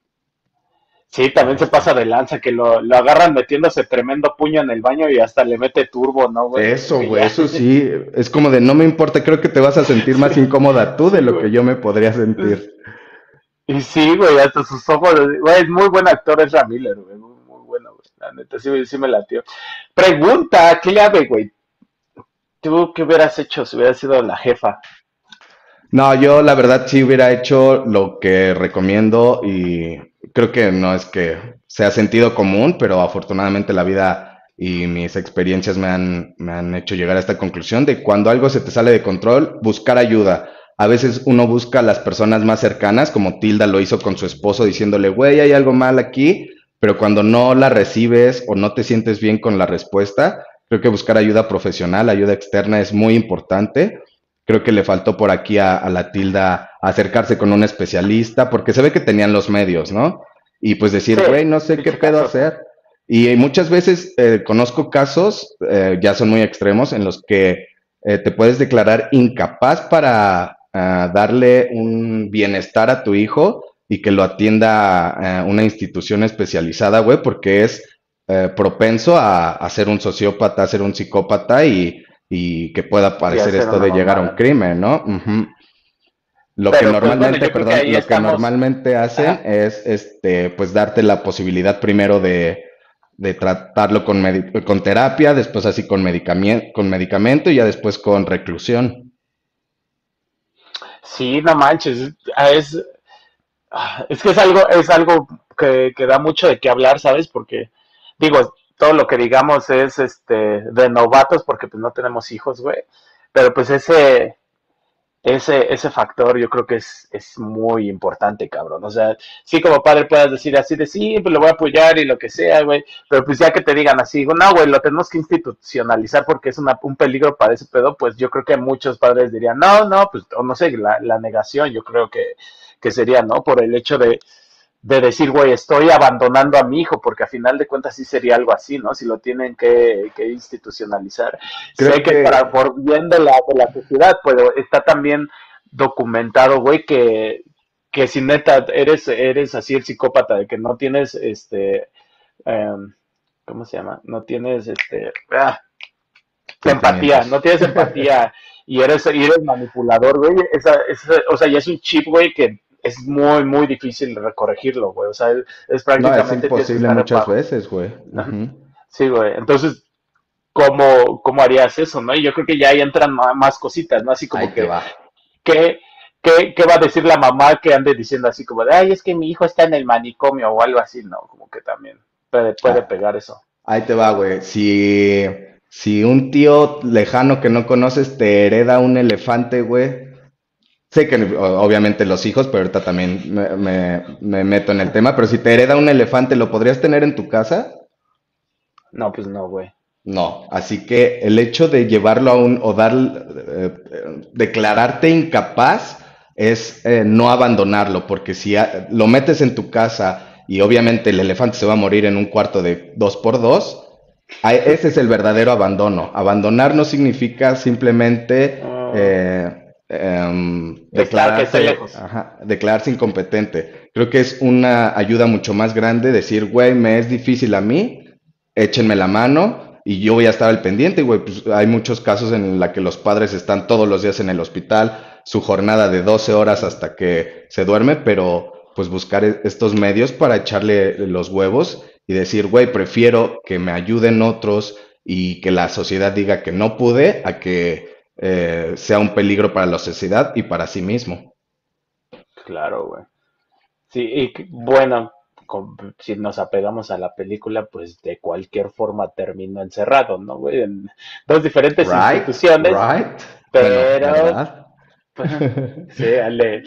sí, Ahí también se está. pasa de lanza, que lo, lo agarran metiéndose tremendo puño en el baño y hasta le mete turbo, ¿no, güey? Así Eso, que güey, ya. eso sí, es como de no me importa, creo que te vas a sentir más Sí, incómoda tú de sí, lo güey. que yo me podría sentir. Y sí, güey, hasta sus ojos, güey, es muy buen actor Ezra Miller, güey, muy, muy bueno, güey, la neta, sí, sí me latió. Pregunta, clave, güey, ¿tú qué hubieras hecho si hubieras sido la jefa? No, yo la verdad sí hubiera hecho lo que recomiendo y creo que no es que sea sentido común, pero afortunadamente la vida y mis experiencias me han, me han hecho llegar a esta conclusión de cuando algo se te sale de control, buscar ayuda. A veces uno busca a las personas más cercanas, como Tilda lo hizo con su esposo diciéndole, güey, hay algo mal aquí, pero cuando no la recibes o no te sientes bien con la respuesta, creo que buscar ayuda profesional, ayuda externa es muy importante. Creo que le faltó por aquí a, a la Tilda acercarse con un especialista, porque se ve que tenían los medios, ¿no? Y pues decir, Sí, güey, no sé qué pinche pedo casota. hacer. Y muchas veces eh, conozco casos, eh, ya son muy extremos, en los que eh, te puedes declarar incapaz para ah, darle un bienestar a tu hijo y que lo atienda eh, una institución especializada, güey, porque es eh, propenso a, a ser un sociópata, a ser un psicópata y y que pueda Y parecer hacer esto una de llegar a un mamada. crimen, ¿no? Ujú. Lo que Pero pues bueno, normalmente, yo creo que perdón, ahí lo que estamos. normalmente hacen Ajá. es, este, pues darte la posibilidad primero de, de tratarlo con, medi- con terapia, después así con medicamento, con medicamento y ya después con reclusión. Sí, no manches, ah, es, ah, es que es algo, es algo que, que da mucho de qué hablar, ¿sabes? Porque, digo, todo lo que digamos es este de novatos porque pues no tenemos hijos, güey. Pero pues ese, ese, ese factor yo creo que es, es muy importante, cabrón. O sea, sí como padre puedas decir así de sí, pues lo voy a apoyar y lo que sea, güey. Pero pues ya que te digan así, no, güey, lo tenemos que institucionalizar porque es una, un peligro para ese pedo, pues yo creo que muchos padres dirían, no, no, pues, o no sé, la, la negación, yo creo que, que sería, ¿no? Por el hecho de, de decir, güey, estoy abandonando a mi hijo, porque a final de cuentas sí sería algo así, ¿no? Si lo tienen que, que institucionalizar. Sé Creo que para que, por bien de la, de la sociedad, pero está también documentado, güey, que, que si neta eres, eres así el psicópata de que no tienes, este, um, ¿cómo se llama? No tienes, este, ah, empatía, sentimientos. no tienes empatía y eres, y eres manipulador, güey, esa, esa, o sea, ya es un chip, güey, que es muy, muy difícil corregirlo, güey, o sea, es, es No, es prácticamente tienes que imposible estar muchas bajo. veces, güey. Ujú. Sí, güey, entonces, ¿cómo, cómo harías eso, no? Y yo creo que ya ahí entran ma- más cositas, ¿no? Así como Ahí te que, va. ¿qué, qué, qué va a decir la mamá que ande diciendo así como de, ay, es que mi hijo está en el manicomio o algo así, ¿no? Como que también puede, puede Ah, pegar eso. ahí te va, güey. Si, si un tío lejano que no conoces te hereda un elefante, güey. Sé que o- obviamente los hijos, pero ahorita también me, me- me meto en el tema. Pero si te hereda un elefante, ¿lo podrías tener en tu casa? No, pues no, güey. No. Así que el hecho de llevarlo a un o dar, eh, eh, declararte incapaz es eh, no abandonarlo, porque si a- lo metes en tu casa y obviamente el elefante se va a morir en un cuarto de dos por dos. Ah, ese es el verdadero abandono. Abandonar no significa simplemente Uh, eh, em, que está, que esté declararse, lejos. ajá, declararse incompetente. Creo que es una ayuda mucho más grande decir, güey, me es difícil a mí, échenme la mano y yo voy a estar al pendiente, güey. Pues hay muchos casos en la que los padres están todos los días en el hospital, su jornada de doce horas hasta que se duerme, pero pues buscar e- estos medios para echarle los huevos y decir, güey, prefiero que me ayuden otros y que la sociedad diga que no pude a que eh, sea un peligro para la sociedad y para sí mismo. Claro, güey. Sí, y que- bueno, con- si nos apegamos a la película, pues de cualquier forma terminó encerrado, ¿no, güey? En dos diferentes Right, instituciones, right. Bueno, pero ¿verdad? pues, sí, ale-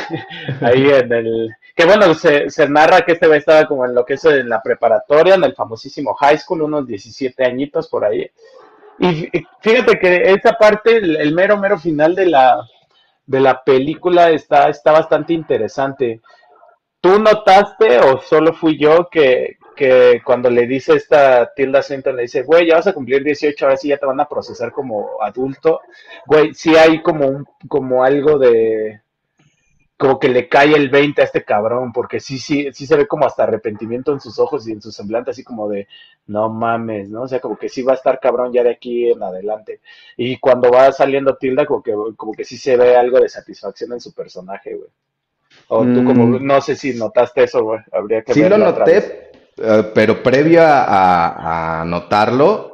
ahí en el... Que bueno, se, se narra que este güey estaba como en lo que es en la preparatoria, en el famosísimo high school, unos diecisiete añitos por ahí. Y fí- fíjate que esa parte, el, el mero, mero final de la, de la película está, está bastante interesante. ¿Tú notaste o solo fui yo que, que cuando le dice esta Tilda Swinton, le dice, güey, ya vas a cumplir dieciocho, ahora sí ya te van a procesar como adulto? Güey, sí hay como un, como algo de, como que le cae el veinte a este cabrón, porque sí, sí, sí se ve como hasta arrepentimiento en sus ojos y en su semblante, así como de, no mames, ¿no? O sea, como que sí va a estar cabrón ya de aquí en adelante. Y cuando va saliendo Tilda, como que, como que sí se ve algo de satisfacción en su personaje, güey. O tú como, Mm, no sé si notaste eso, güey, habría que sí lo verla otra vez. noté, eh, pero previo a, a- a notarlo,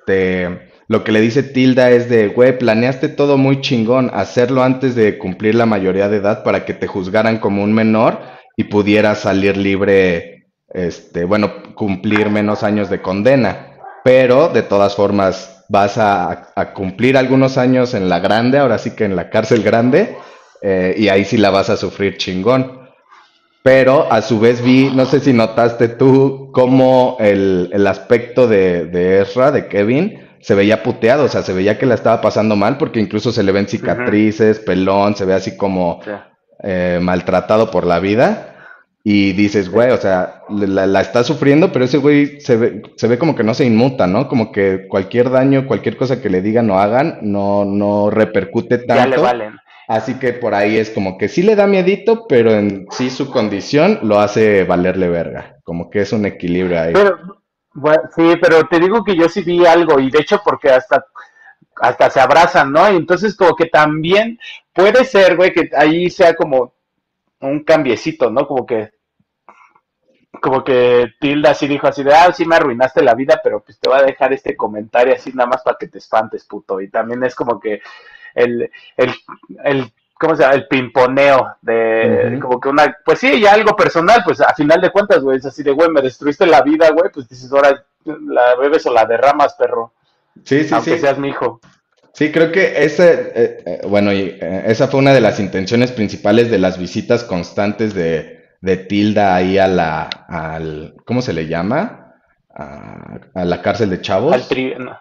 este, lo que le dice Tilda es de, güey, planeaste todo muy chingón, hacerlo antes de cumplir la mayoría de edad para que te juzgaran como un menor y pudieras salir libre, este, bueno, cumplir menos años de condena. Pero de todas formas vas a, a cumplir algunos años en la grande, ahora sí que en la cárcel grande, eh, y ahí sí la vas a sufrir chingón. Pero a su vez vi, no sé si notaste tú, cómo el, el aspecto de, de Ezra, de Kevin, se veía puteado, o sea, se veía que la estaba pasando mal porque incluso se le ven Ujú, cicatrices, pelón, se ve así como sí, eh, maltratado por la vida. Y dices, sí. güey, o sea, la, la está sufriendo, pero ese güey se ve, se ve como que no se inmuta, ¿no? Como que cualquier daño, cualquier cosa que le digan o hagan, no, no repercute Ya le tanto. valen. Así que por ahí es como que sí le da miedito, pero en sí su condición lo hace valerle verga. Como que es un equilibrio ahí. Pero, bueno, sí, pero te digo que yo sí vi algo, y de hecho porque hasta, hasta se abrazan, ¿no? Y entonces como que también puede ser, güey, que ahí sea como un cambiecito, ¿no? Como que como que Tilda así dijo así de, ah, sí me arruinaste la vida, pero pues te voy a dejar este comentario así nada más para que te espantes, puto. Y también es como que el, el, el ¿cómo se llama? El pimponeo de, Ujú. como que una, pues sí, ya algo personal, pues a final de cuentas, güey, es así de, güey, me destruiste la vida, güey, pues dices, ahora la bebes o la derramas, perro, Sí, sí, aunque sí. seas mi hijo. Sí, creo que ese, eh, eh, bueno, y, eh, esa fue una de las intenciones principales de las visitas constantes de, de Tilda ahí a la, al, ¿cómo se le llama? A, a la cárcel de Al chavos. tri, no,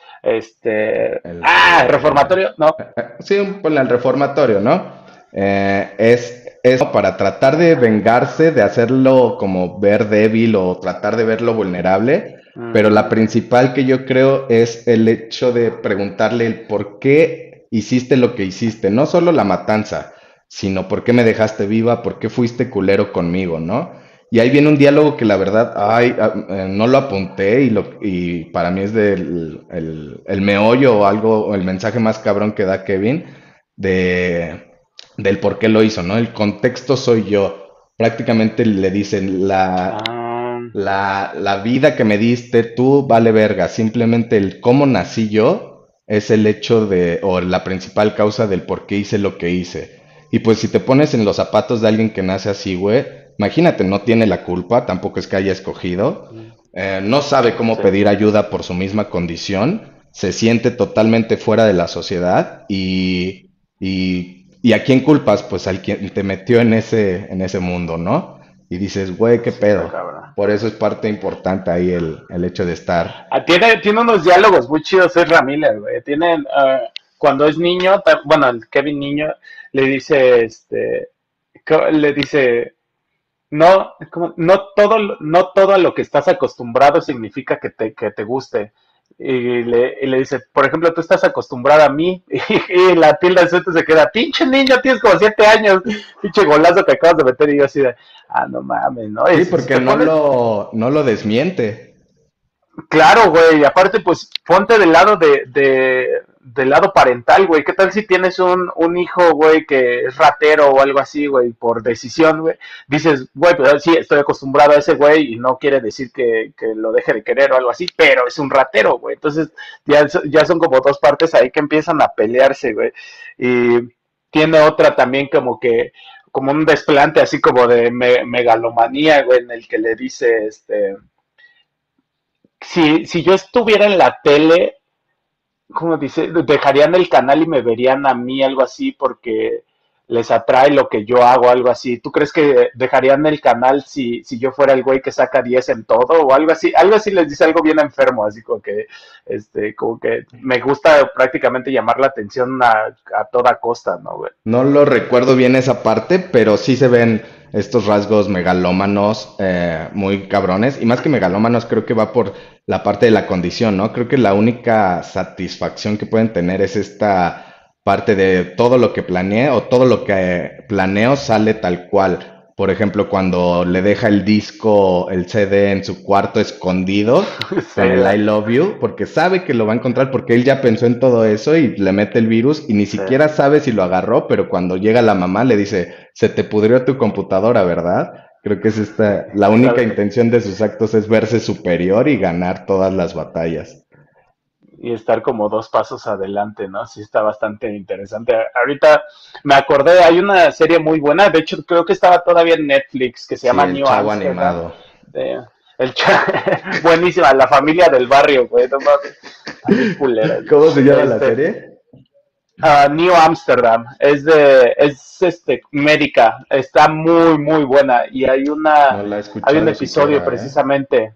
este, El, ah, eh, reformatorio, no. sí, un- pues, el reformatorio, ¿no? Eh, es, es para tratar de vengarse, de hacerlo como ver débil o tratar de verlo vulnerable, pero la Mm, principal que yo creo es el hecho de preguntarle el por qué hiciste lo que hiciste, no solo la matanza, sino por qué me dejaste viva, por qué fuiste culero conmigo, ¿no? Y ahí viene un diálogo que la verdad, ay, ah, eh, no lo apunté y, lo, y para mí es del el, el meollo o algo, o el mensaje más cabrón que da Kevin de, del por qué lo hizo, ¿no? El contexto soy yo. Prácticamente le dicen, la, ah, la, la vida que me diste tú vale verga. Simplemente el cómo nací yo es el hecho de, o la principal causa del por qué hice lo que hice. Y pues si te pones en los zapatos de alguien que nace así, güey, imagínate, no tiene la culpa, tampoco es que haya escogido, mm, eh, no sabe cómo sí, pedir ayuda por su misma condición, se siente totalmente fuera de la sociedad y, y, y ¿a quién culpas? Pues al quien te metió en ese, en ese mundo, ¿no? Y dices, güey, qué sí está pedo. cabrón. Por eso es parte importante ahí el, el hecho de estar. Ah, tiene, tiene unos diálogos muy chidos, es Ramírez, güey. Tienen, ah, cuando es niño, ta- bueno, el Kevin niño le dice, este, co- le dice, no, como, no todo, lo- no todo a lo que estás acostumbrado significa que te, que te guste. Y le, y le dice, por ejemplo, tú estás acostumbrada a mí, y, la tilda de suerte se queda, pinche niño, tienes como siete años, pinche golazo que acabas de meter, y yo así de, ah, no mames, ¿no? Y Sí, si, si porque te no pones, lo, no lo desmiente. claro, güey, y aparte, pues, ponte del lado de, de, del lado parental, güey. ¿Qué tal si tienes un, un hijo, güey, que es ratero o algo así, güey, por decisión, güey? Dices, güey, pues sí, estoy acostumbrado a ese güey y no quiere decir que, que lo deje de querer o algo así, pero es un ratero, güey. Entonces, ya, ya son como dos partes ahí que empiezan a pelearse, güey. Y tiene otra también como que, como un desplante así como de me, megalomanía, güey, en el que le dice, este si, si yo estuviera en la tele, como dice, dejarían el canal y me verían a mí, algo así, porque les atrae lo que yo hago, algo así. ¿Tú crees que dejarían el canal si, si yo fuera el güey que saca diez en todo o algo así? Algo así les dice algo bien enfermo, así como que, este, como que me gusta prácticamente llamar la atención a, a toda costa, ¿no, güey? No lo recuerdo bien esa parte, pero sí se ven estos rasgos megalómanos eh, muy cabrones. Y más que megalómanos, creo que va por la parte de la condición, ¿no? Creo que la única satisfacción que pueden tener es esta parte de todo lo que planeé o todo lo que planeo sale tal cual. Por ejemplo, cuando le deja el disco, el C D en su cuarto escondido Sí, con el I love you, porque sabe que lo va a encontrar, porque él ya pensó en todo eso y le mete el virus y ni sí. siquiera sabe si lo agarró, pero cuando llega la mamá le dice, se te pudrió tu computadora, ¿verdad? Creo que es esta, la única ¿Sabe? intención de sus actos es verse superior y ganar todas las batallas. Y estar como dos pasos adelante, ¿no? Sí está bastante interesante. Ahorita me acordé, hay una serie muy buena, de hecho creo que estaba todavía en Netflix, que se Sí, llama el New chavo Amsterdam. animado. De, el buenísima, la familia del barrio, güey, no mames, están bien culeras. ¿Cómo se llama la Este, serie? uh, New Amsterdam, es de, es este, médica, está muy, muy buena, y hay una, No la he hay un escuchado episodio siquiera, ¿eh? precisamente,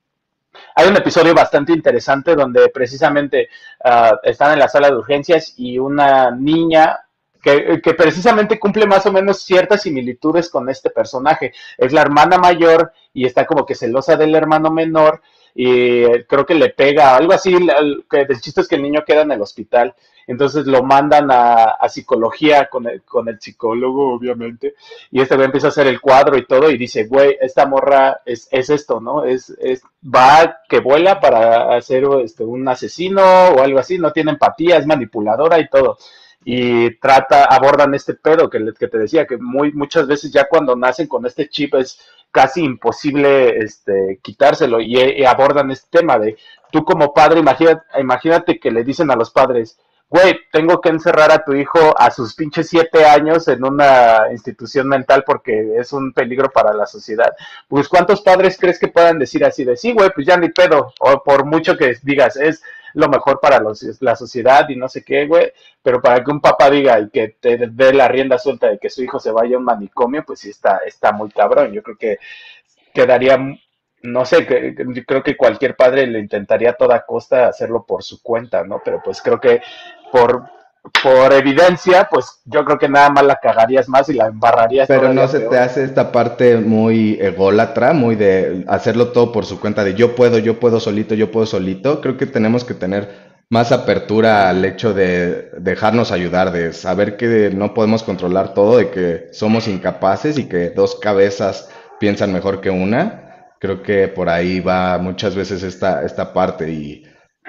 hay un episodio bastante interesante donde precisamente uh, están en la sala de urgencias y una niña que, que, precisamente cumple más o menos ciertas similitudes con este personaje. Es la hermana mayor y está como que celosa del hermano menor y creo que le pega, algo así, que el chiste es que el niño queda en el hospital, entonces lo mandan a, a psicología con el, con el psicólogo, obviamente, y este güey empieza a hacer el cuadro y todo y dice, güey, esta morra es, es esto, ¿no? Es, es, va que vuela para hacer este, un asesino o algo así, no tiene empatía, es manipuladora y todo. Y trata, abordan este pedo que, que te decía, que muy, muchas veces ya cuando nacen con este chip es casi imposible este, quitárselo y, y abordan este tema de tú como padre, imagínate, imagínate que le dicen a los padres, güey, tengo que encerrar a tu hijo a sus pinches siete años en una institución mental porque es un peligro para la sociedad. Pues, ¿cuántos padres crees que puedan decir así de sí, güey, pues ya ni pedo? O por mucho que digas, es lo mejor para los, la sociedad y no sé qué, güey, pero para que un papá diga y que te dé la rienda suelta de que su hijo se vaya a un manicomio, pues sí está, está muy cabrón. Yo creo que quedaría, no sé, que, que- creo que cualquier padre le intentaría a toda costa hacerlo por su cuenta, ¿no? Pero pues creo que por, por evidencia, pues yo creo que nada más la cagarías más y la embarrarías Pero no todavía se te peor, ¿no? hace esta parte muy ególatra, muy de hacerlo todo por su cuenta, de yo puedo, yo puedo solito, yo puedo solito. Creo que tenemos que tener más apertura al hecho de dejarnos ayudar, de saber que no podemos controlar todo, de que somos incapaces y que dos cabezas piensan mejor que una. Creo que por ahí va muchas veces esta, esta parte y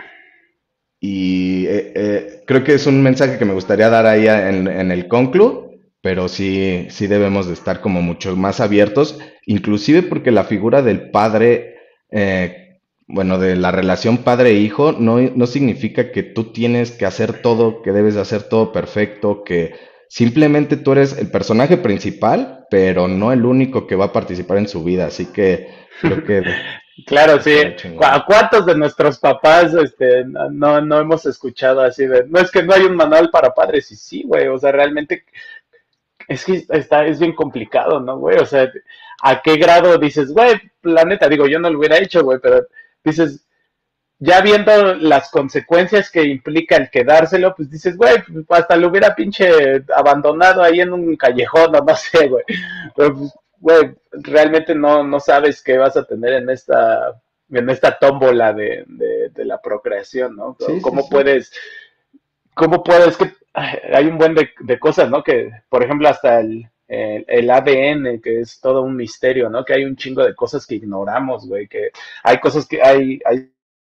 y eh, eh, creo que es un mensaje que me gustaría dar ahí a- en, en el conclu, pero sí, sí debemos de estar como mucho más abiertos, inclusive porque la figura del padre, eh, bueno, de la relación padre-hijo, no, no significa que tú tienes que hacer todo, que debes de hacer todo perfecto, que simplemente tú eres el personaje principal, pero no el único que va a participar en su vida, así que creo que Claro, sí. estaría ¿Cu- chingón. ¿A cuántos de nuestros papás este, no, no no hemos escuchado así de, no es que no hay un manual para padres? Y sí, güey, o sea, realmente es que está, es bien complicado, ¿no, güey? O sea, ¿a qué grado dices, güey, la neta, digo, yo no lo hubiera hecho, güey, pero dices, ya viendo las consecuencias que implica el quedárselo, pues dices, güey, pues, hasta lo hubiera pinche abandonado ahí en un callejón o no sé, güey. Pero, pues, güey, realmente no, no sabes qué vas a tener en esta, en esta tómbola de, de, de la procreación, ¿no? Sí, sí, ¿Cómo sí. puedes, cómo puedes, que hay un buen de, de cosas, ¿no? Que, por ejemplo, hasta el, el, el A D N, que es todo un misterio, ¿no? Que hay un chingo de cosas que ignoramos, güey, que hay cosas que hay, hay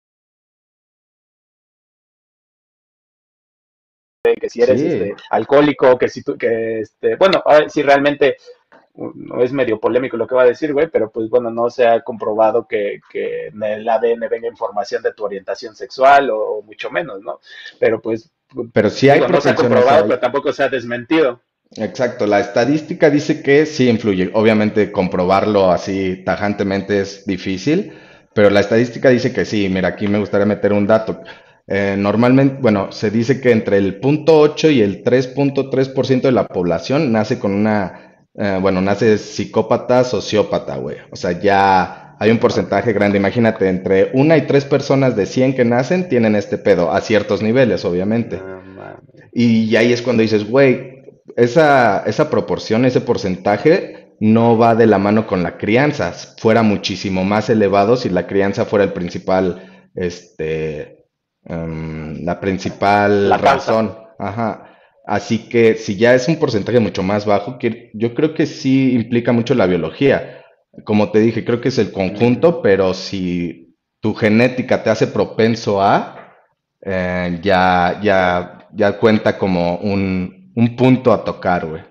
que si eres Sí, este alcohólico, que si tú, que este, bueno, a ver, si realmente uh, no es medio polémico lo que va a decir, güey, pero pues bueno, no se ha comprobado que, que en el A D N venga información de tu orientación sexual o, o mucho menos, ¿no? Pero pues pero sí hay digo, no se ha propensión hacia comprobado, pero ahí. tampoco se ha desmentido. Exacto, la estadística dice que sí influye. Obviamente comprobarlo así tajantemente es difícil, pero la estadística dice que sí. Mira, aquí me gustaría meter un dato. Eh, normalmente, bueno, se dice que entre el punto ocho y el tres punto tres por ciento de la población nace con una, eh, bueno, nace psicópata, sociópata, güey. O sea, ya hay un porcentaje grande. Imagínate, entre una y tres personas de cien que nacen tienen este pedo, a ciertos niveles, obviamente. No mames. Y ahí es cuando dices, güey, esa, esa proporción, ese porcentaje no va de la mano con la crianza. Fuera muchísimo más elevado si la crianza fuera el principal, este, em, la principal La causa. razón. Ajá. Así que si ya es un porcentaje mucho más bajo, que yo creo que sí implica mucho la biología. Como te dije, creo que es el Mm. conjunto, pero si tu genética te hace propenso a, eh, ya, ya, ya cuenta como un, un punto a tocar, güey.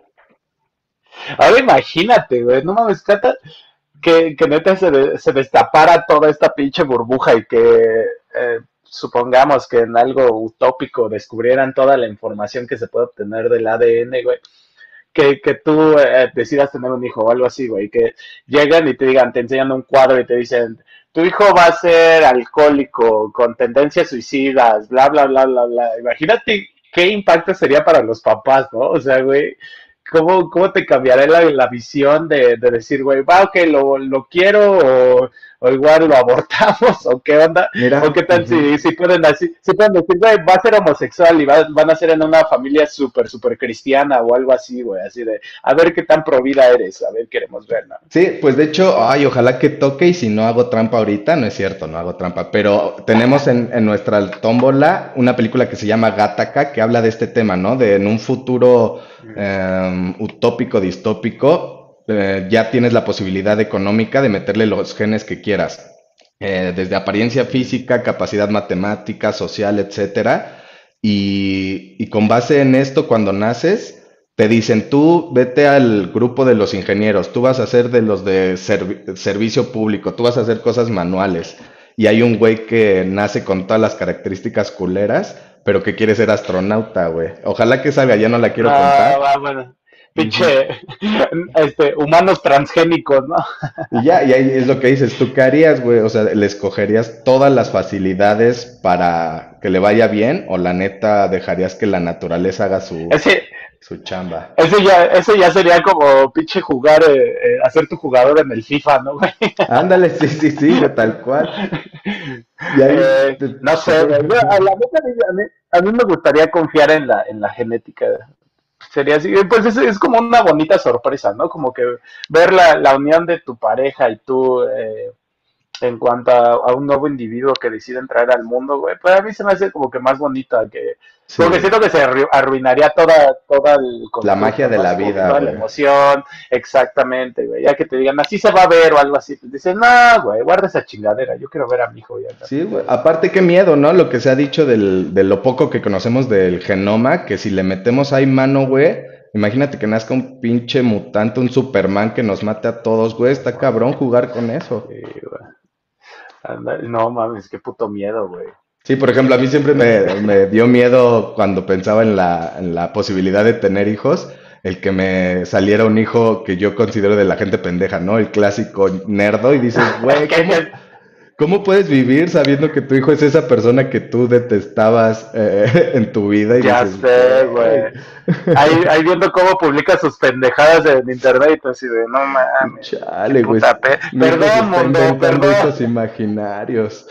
Ahora imagínate, güey, no mames, Cata, que, que neta se, de- se destapara toda esta pinche burbuja y que eh, supongamos que en algo utópico descubrieran toda la información que se puede obtener del A D N, güey. Que, que tú eh, decidas tener un hijo o algo así, güey, que llegan y te digan, te enseñan un cuadro y te dicen, tu hijo va a ser alcohólico, con tendencias suicidas, bla, bla, bla, bla, bla. Imagínate qué impacto sería para los papás, ¿no? O sea, güey, ¿cómo, cómo te cambiará la, la visión de, de decir, güey, va, ok, lo, lo quiero o, o igual lo abortamos o qué onda? ¿O qué Mira, tal ujú. si, si pueden así, si pueden decir, güey, va a ser homosexual y va, van a ser en una familia súper, súper cristiana o algo así, güey, así de, a ver qué tan provida eres, a ver, queremos ver, ¿no? Sí, pues de hecho, ay, ojalá que toque y si no hago trampa ahorita, no es cierto, no hago trampa, pero tenemos en, en nuestra tómbola una película que se llama Gattaca que habla de este tema, ¿no? De en un futuro eh, utópico, distópico, eh, ya tienes la posibilidad económica de meterle los genes que quieras, eh, desde apariencia física, capacidad matemática, social, etcétera, y, y con base en esto, cuando naces te dicen, tú vete al grupo de los ingenieros, tú vas a ser de los de servi- servicio público, tú vas a hacer cosas manuales. Y hay un güey que nace con todas las características culeras, pero que quiere ser astronauta, güey. Ojalá que salga, ya no la No, quiero contar. va, bueno. Ujú. pinche, este, humanos transgénicos, ¿no? Y ya, y ahí es lo que dices, ¿tú qué harías, güey? O sea, ¿le escogerías todas las facilidades para que le vaya bien o la neta dejarías que la naturaleza haga su, Ese, su chamba? ese ya, ese ya sería como pinche jugar, eh, eh, hacer tu jugador en el FIFA, ¿no, güey? Ándale, sí, sí, sí, güey, tal cual. Y ahí Eh, te, no te sé, puedo- güey. Yo, a la neta, a mí, a mí- a mí me gustaría confiar en la, en la genética. Sería así, pues es, es como una bonita sorpresa, ¿no? Como que ver la, la unión de tu pareja y tú, eh, en cuanto a, a un nuevo individuo que decide entrar al mundo, güey, pues a mí se me hace como que más bonita que, como que Sí, siento que se arru- arruinaría toda, todo el la magia constructo, de ¿no? la Así como que vida, toda la güey. emoción, exactamente, güey, ya que te digan, así se va a ver o algo así, pues dices, no, güey, guarda esa chingadera, yo quiero ver a mi hijo ya Sí, naciendo güey. ahí. Aparte, qué miedo, ¿no? Lo que se ha dicho del, de lo poco que conocemos del genoma, que si le metemos ahí mano, güey, imagínate que nazca un pinche mutante, un Superman que nos mate a todos, güey. Está cabrón jugar con eso. Sí, güey. Anda- no mames, qué puto miedo, güey. Sí, por ejemplo, a mí siempre me, me dio miedo cuando pensaba en la, en la posibilidad de tener hijos, el que me saliera un hijo que yo considero de la gente pendeja, ¿no? El clásico nerdo y dices, güey, ¿Qué, ¿cómo, qué? ¿cómo puedes vivir sabiendo que tu hijo es esa persona que tú detestabas eh, en tu vida? Y Ya dices, sé, güey, güey. Ahí, ahí viendo cómo publica sus pendejadas en internet y tú así de, no mames, qué chale, güey, puta pe... mi hijo se Perdón, está mundo, inventando perdón. hijos imaginarios.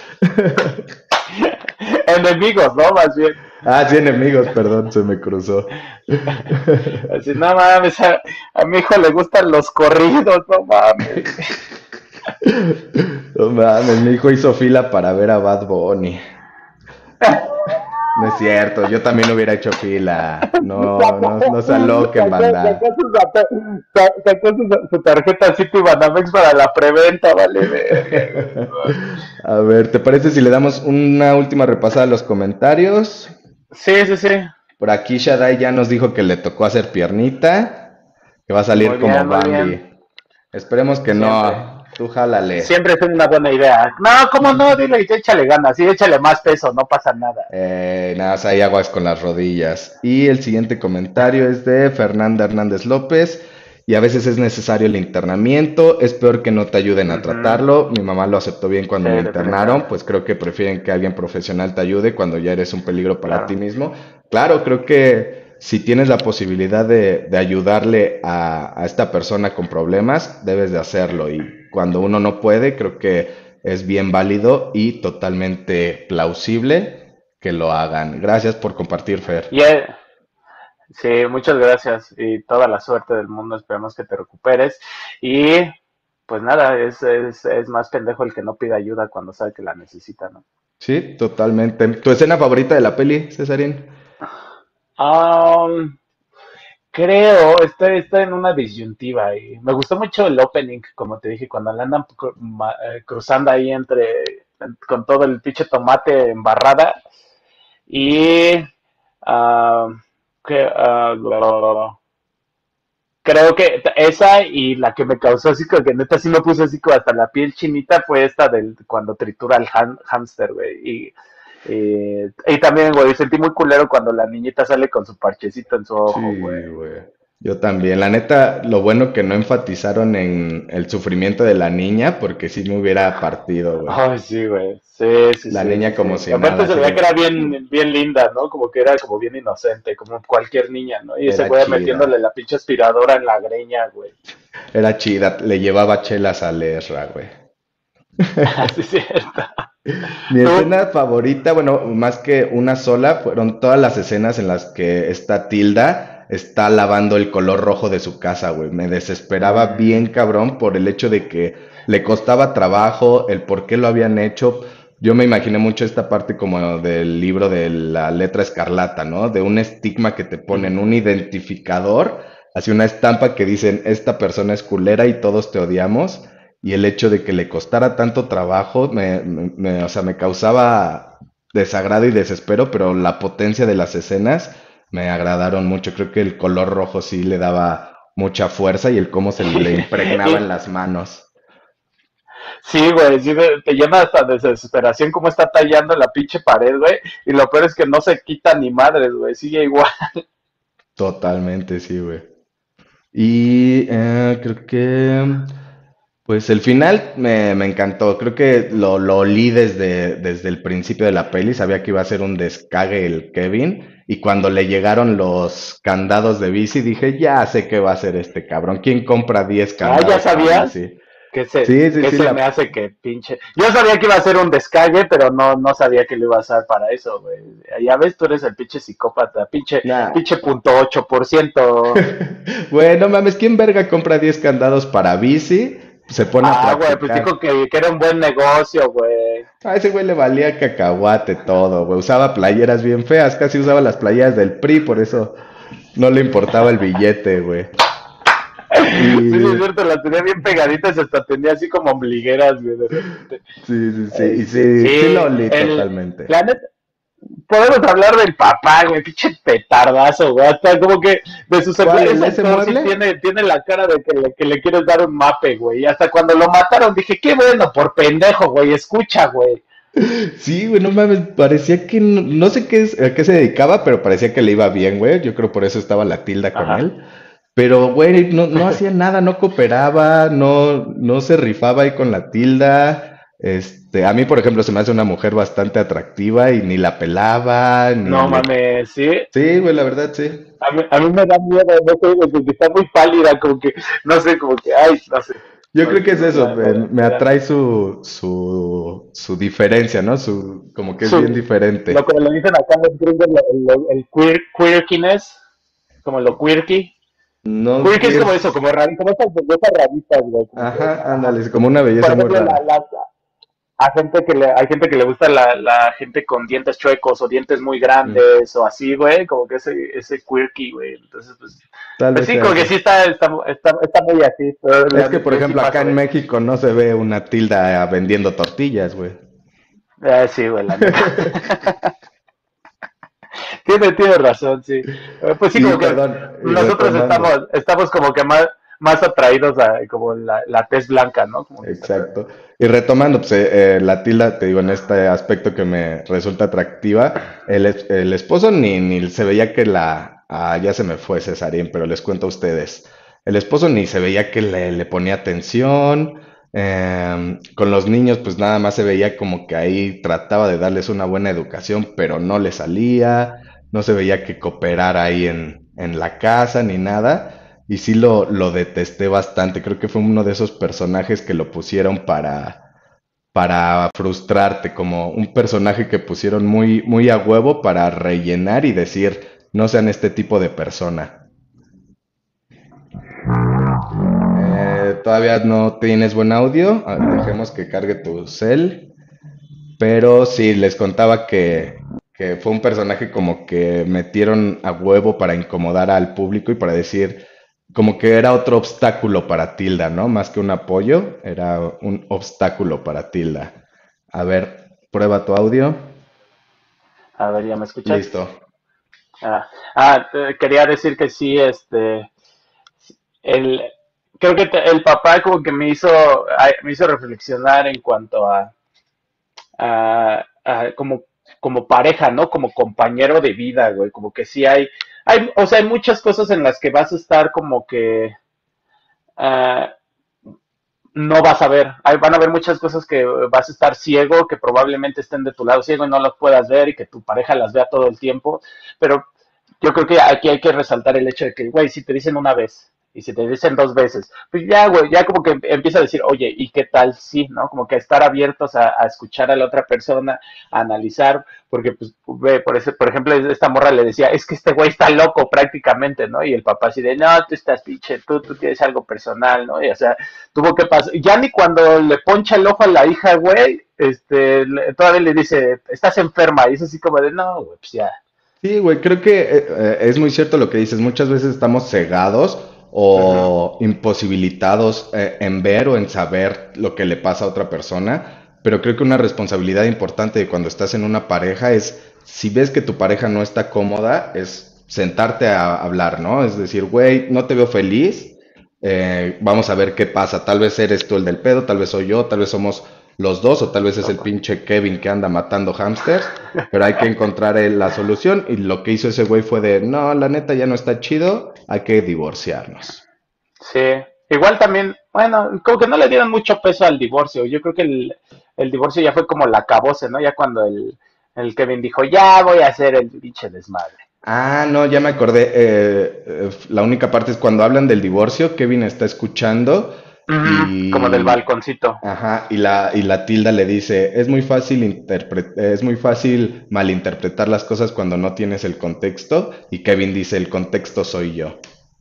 Enemigos, ¿no? Más bien. Ah, sí, enemigos, perdón, se me cruzó. Así, no mames, a, a mi hijo le gustan los corridos, no mames. No mames, mi hijo hizo fila para ver a Bad Bunny. No es cierto, yo también hubiera hecho fila. No, no, no se aloquen, Sacó, banda. sacó su, sa- sacó su, su tarjeta City Banamex para la preventa, vale, verga, güey. A ver, ¿te parece si le damos una última repasada a los comentarios? Sí, sí, sí. Por aquí Shadai ya nos dijo que le tocó hacer piernita, que va a salir Muy como bien, muy bien. Bambi. Esperemos que Siempre. no. Tú jálale. Siempre es una buena idea. No, ¿cómo no? Dile, échale ganas, sí, échale más peso, no pasa nada. Eh, nada más hay aguas con las rodillas. Y el siguiente comentario es de Fernanda Hernández López. Y a veces es necesario el internamiento. Es peor que no te ayuden a Ujú. tratarlo. Mi mamá lo aceptó bien Sí, cuando me internaron. definitivamente. Pues creo que prefieren que alguien profesional te ayude cuando ya eres un peligro para ti Claro. mismo. Claro, creo que si tienes la posibilidad de, de ayudarle a, a esta persona con problemas, debes de hacerlo. Y cuando uno no puede, creo que es bien válido y totalmente plausible que lo hagan. Gracias por compartir, Fer. Y eh, sí, muchas gracias y toda la suerte del mundo. Esperemos que te recuperes. Y pues nada, es, es, es más pendejo el que no pide ayuda cuando sabe que la necesita, ¿no? Sí, totalmente. ¿Tu escena favorita de la peli, Cesarín? Um, Creo, estoy, estoy en una disyuntiva y me gustó mucho el opening, como te dije, cuando la andan cru- ma- eh, cruzando ahí entre, con todo el pinche tomate embarrada y ah, que, ah, bla, bla, bla, bla. Creo que t- esa y la que me causó así como que neta sí me puse así como hasta la piel chinita fue esta del cuando tritura al ham- hámster, güey. Y, y, y también, güey, sentí muy culero cuando la niñita sale con su parchecito en su ojo, Sí, güey. güey. Yo también. La neta, lo bueno que no enfatizaron en el sufrimiento de la niña, porque sí me hubiera partido, güey. Ay, sí, güey. Sí, sí, La sí, niña sí, como sí. si Aparte nada, se así veía que era de... bien, bien linda, ¿no? Como que era como bien inocente, como cualquier niña, ¿no? Y ese Era güey chida. metiéndole la pinche aspiradora en la greña, güey. Era chida. Le llevaba chelas a Ezra, güey. Así es cierto. Mi Tú, escena favorita, bueno, más que una sola, fueron todas las escenas en las que esta Tilda está lavando el color rojo de su casa, güey. Me desesperaba bien mm, cabrón por el hecho de que le costaba trabajo, el por qué lo habían hecho. Yo me imaginé mucho esta parte como del libro de la letra escarlata, ¿no? De un estigma que te ponen, un ujú. identificador, así una estampa que dicen, esta persona es culera y todos te odiamos. Y el hecho de que le costara tanto trabajo me, me- me- o sea, me causaba desagrado y desespero, pero la potencia de las escenas me agradaron mucho. Creo que el color rojo sí le daba mucha fuerza y el cómo se le impregnaba en Y, las manos. sí, güey, sí, te te llena hasta de desesperación cómo está tallando la pinche pared, güey. Y lo peor es que no se quita ni madres, güey, sigue igual. Totalmente, sí, güey. Y eh, creo que, pues el final me, me encantó. Creo que lo, lo olí desde, desde el principio de la peli. Sabía que iba a ser un descague el Kevin. Y cuando le llegaron los candados de bici, dije, ya sé qué va a ser este cabrón. ¿Quién compra diez Ah, ¿ya candados para sabías? bici? Que se, Sí, sí, que sí, se me la... hace que pinche. Yo sabía que iba a ser un descague, pero no, no sabía que lo iba a usar para eso, güey. Ya ves, tú eres el pinche psicópata, pinche, Nah. pinche punto ocho por ciento. Bueno, mames, ¿quién verga compra diez candados para bici? Se pone a Ah, güey, pues dijo practicar. que, que era un buen negocio, güey. A ese güey le valía cacahuate todo, güey. Usaba playeras bien feas, casi usaba las playeras del P R I, por eso no le importaba el billete, güey. Sí, sí, es Y cierto, las tenía bien pegaditas, hasta tenía así como ombligueras, güey, de repente. sí, sí, sí, y Este, sí, sí lo sí, olí el, totalmente. la neta, podemos hablar del papá, güey, pinche petardazo, güey, hasta como que de sus ¿Cuál? ese ¿El ese actor sí mueble? tiene, tiene la cara de que le, que le quieres dar un mape, güey, y hasta cuando lo mataron dije, qué bueno, por pendejo, güey, escucha, güey. Sí, güey, no mames, parecía que no, no sé qué es, a qué se dedicaba, pero parecía que le iba bien, güey. Yo creo por eso estaba la tilda con Ajá. él. Pero, güey, no, no hacía nada, no cooperaba, no, no se rifaba ahí con la tilda. Este, a mí, por ejemplo, se me hace una mujer bastante atractiva y ni la pelaba, ni No le... mames, sí, Sí, güey, la verdad, sí. a mí, a mí me da miedo, no sé, güey, porque está muy pálida, como que, no sé, como que, ay, no sé, Yo no, creo que es no, eso, me, me, me- me me da. atrae su, su, su diferencia, ¿no? Su, como que es bien Su, lo diferente. que le dicen acá los gringos, lo- lo- el queer, queerkiness, como lo quirky. No Quirky es queer. como eso, como, rari- como esas bellezas raritas, güey, como que, Ajá, ajá. ándale, como una Por belleza muy ejemplo, la, rara. la, a gente que le, hay gente que le gusta la, la gente con dientes chuecos o dientes muy Mm, grandes o así, güey, como que ese, ese quirky, güey. Entonces, pues, tal pues vez sí, sea como que eso. sí está, está, está, está muy así, pero Es la, que, por yo sí ejemplo, acá paso en de. México no se ve una tilda vendiendo tortillas, güey. Eh, sí, güey, la neta. tiene, tiene razón, sí. Eh, pues sí, Y como que perdón, y nosotros retomando. estamos, estamos como que más, más atraídos a como la, la tez blanca, ¿no? Como que ese pedo. Exacto. Y retomando, pues eh, eh, la tilda, te digo, en este aspecto que me resulta atractiva, el, es- el esposo ni, ni se veía que la... Ah, ya se me fue Cesarín, pero les cuento a ustedes. El esposo ni se veía que le, le ponía atención. Em, con los niños, pues nada más se veía como que ahí trataba de darles una buena educación, pero no le salía. No se veía que cooperara ahí en, en la casa ni nada. Y sí lo, lo detesté bastante. Creo que fue uno de esos personajes que lo pusieron para, para frustrarte, como un personaje que pusieron muy, muy a huevo para rellenar y decir, no sean este tipo de persona. Eh, todavía no tienes buen audio, ah, dejemos que cargue tu cel, pero sí, les contaba que, que fue un personaje como que metieron a huevo para incomodar al público y para decir, como que era otro obstáculo para Tilda, ¿no? Más que un apoyo, era un obstáculo para Tilda. A ver, prueba tu audio. A ver, ¿ya me escuchas? Listo. Ah, ah, eh, quería decir que sí, este, el, creo que te- el papá como que me hizo, ay, me hizo reflexionar en cuanto a, a- a como, como pareja, ¿no? Como compañero de vida, güey, como que sí hay, hay, o sea, hay muchas cosas en las que vas a estar como que, ah, no vas a ver. Hay, van a haber muchas cosas que vas a estar ciego, que probablemente estén de tu lado ciego y no las puedas ver y que tu pareja las vea todo el tiempo. Pero yo creo que aquí hay que resaltar el hecho de que, güey, si te dicen una vez y si te dicen dos veces, pues ya, güey, ya como que empieza a decir, oye, ¿y qué tal sí, no? Como que estar abiertos a, a escuchar a la otra persona, a analizar, porque, pues, ve, por, ese, por ejemplo, esta morra le decía, es que este güey está loco prácticamente, ¿no? Y el papá así de, no, tú estás pinche, tú, tú tienes algo personal, ¿no? Y, o sea, tuvo que pasar, ya ni cuando le poncha el ojo a la hija, güey, este, le, todavía le dice, estás enferma, y es así como de, no, güey, pues ya. Sí, güey, creo que eh, eh, es muy cierto lo que dices. Muchas veces estamos cegados Ujú. o imposibilitados eh, en ver o en saber lo que le pasa a otra persona, pero creo que una responsabilidad importante de cuando estás en una pareja es, si ves que tu pareja no está cómoda, es sentarte a hablar, ¿no? Es decir, güey, no te veo feliz, eh, vamos a ver qué pasa. Tal vez eres tú el del pedo, tal vez soy yo, tal vez somos los dos, o tal vez es el pinche Kevin que anda matando hamsters. Pero hay que encontrar eh, la solución y lo que hizo ese güey fue de, no, la neta ya no está chido, hay que divorciarnos. Sí, igual también, bueno, como que no le dieron mucho peso al divorcio. Yo creo que el, el divorcio ya fue como la acabose, ¿no? Ya cuando el, el Kevin dijo, ya voy a hacer el pinche desmadre. Ah, no, ya me acordé. eh, eh, la única parte es cuando hablan del divorcio, Kevin está escuchando Ujú, como del y, balconcito. ajá, y la, y la tilda le dice, es muy fácil interpre- es muy fácil malinterpretar las cosas cuando no tienes el contexto. Y Kevin dice, el contexto soy yo.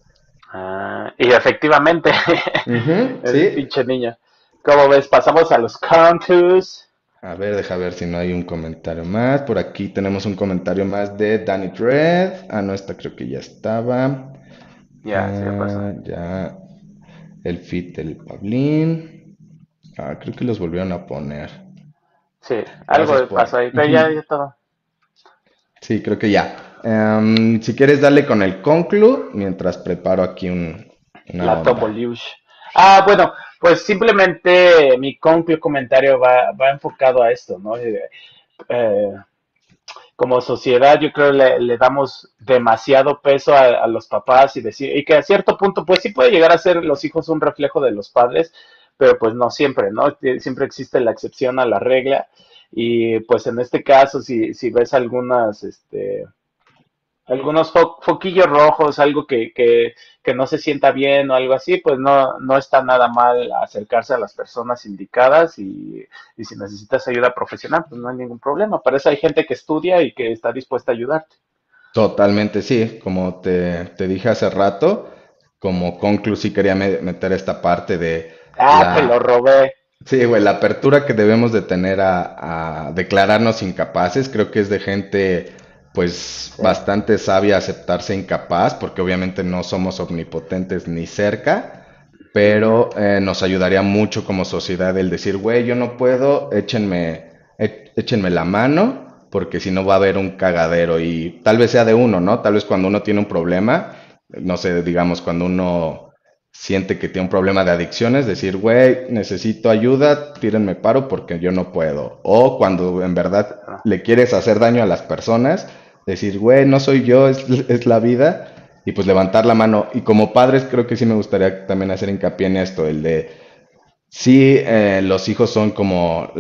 Ah, y efectivamente, Ujú, sí. el pinche niño. ¿Cómo ves? Pasamos a los counters. A ver, deja ver si no hay un comentario más. Por aquí tenemos un comentario más de Danny Dread. Ah, no, esta creo que ya estaba. Ya, sí, pasó. Ah, ya. El fit del Pablín. Ah, creo que los volvieron a poner. Sí, Gracias algo por... pasó ahí, pero ya, Ujú. ya todo. Sí, creo que ya. Em, si quieres, darle con el conclu mientras preparo aquí un- una La onda. Tomboliush. Ah, bueno, pues simplemente mi concluyo comentario va, va enfocado a esto, ¿no? Eh, eh, como sociedad, yo creo le, le damos demasiado peso a, a los papás y decir, y que a cierto punto, pues sí puede llegar a ser los hijos un reflejo de los padres, pero pues no siempre, ¿no? Siempre existe la excepción a la regla. Y pues en este caso, si, si ves algunas, este, algunos fo- foquillos rojos, algo que, que, que no se sienta bien o algo así, pues no, no está nada mal acercarse a las personas indicadas y, y si necesitas ayuda profesional, pues no hay ningún problema. Para eso hay gente que estudia y que está dispuesta a ayudarte. Totalmente, sí. Como te, te dije hace rato, como conclu sí quería me- meter esta parte de Ah, te lo la... robé. Sí, güey, la apertura que debemos de tener a, a declararnos incapaces, creo que es de gente pues Sí. bastante sabia aceptarse incapaz, porque obviamente no somos omnipotentes ni cerca, Ujú. pero eh, nos ayudaría mucho como sociedad el decir, güey, yo no puedo, échenme, é- échenme la mano, porque si no va a haber un cagadero y tal vez sea de uno, ¿no? Tal vez cuando uno tiene un problema, no sé, digamos, cuando uno siente que tiene un problema de adicciones, decir, güey, necesito ayuda, tírenme paro porque yo no puedo. O cuando en verdad Ah, le quieres hacer daño a las personas, decir, güey, no soy yo, es, es la vida, y pues levantar la mano. Y como padres creo que sí me gustaría también hacer hincapié en esto, el de, sí, eh, los hijos son como,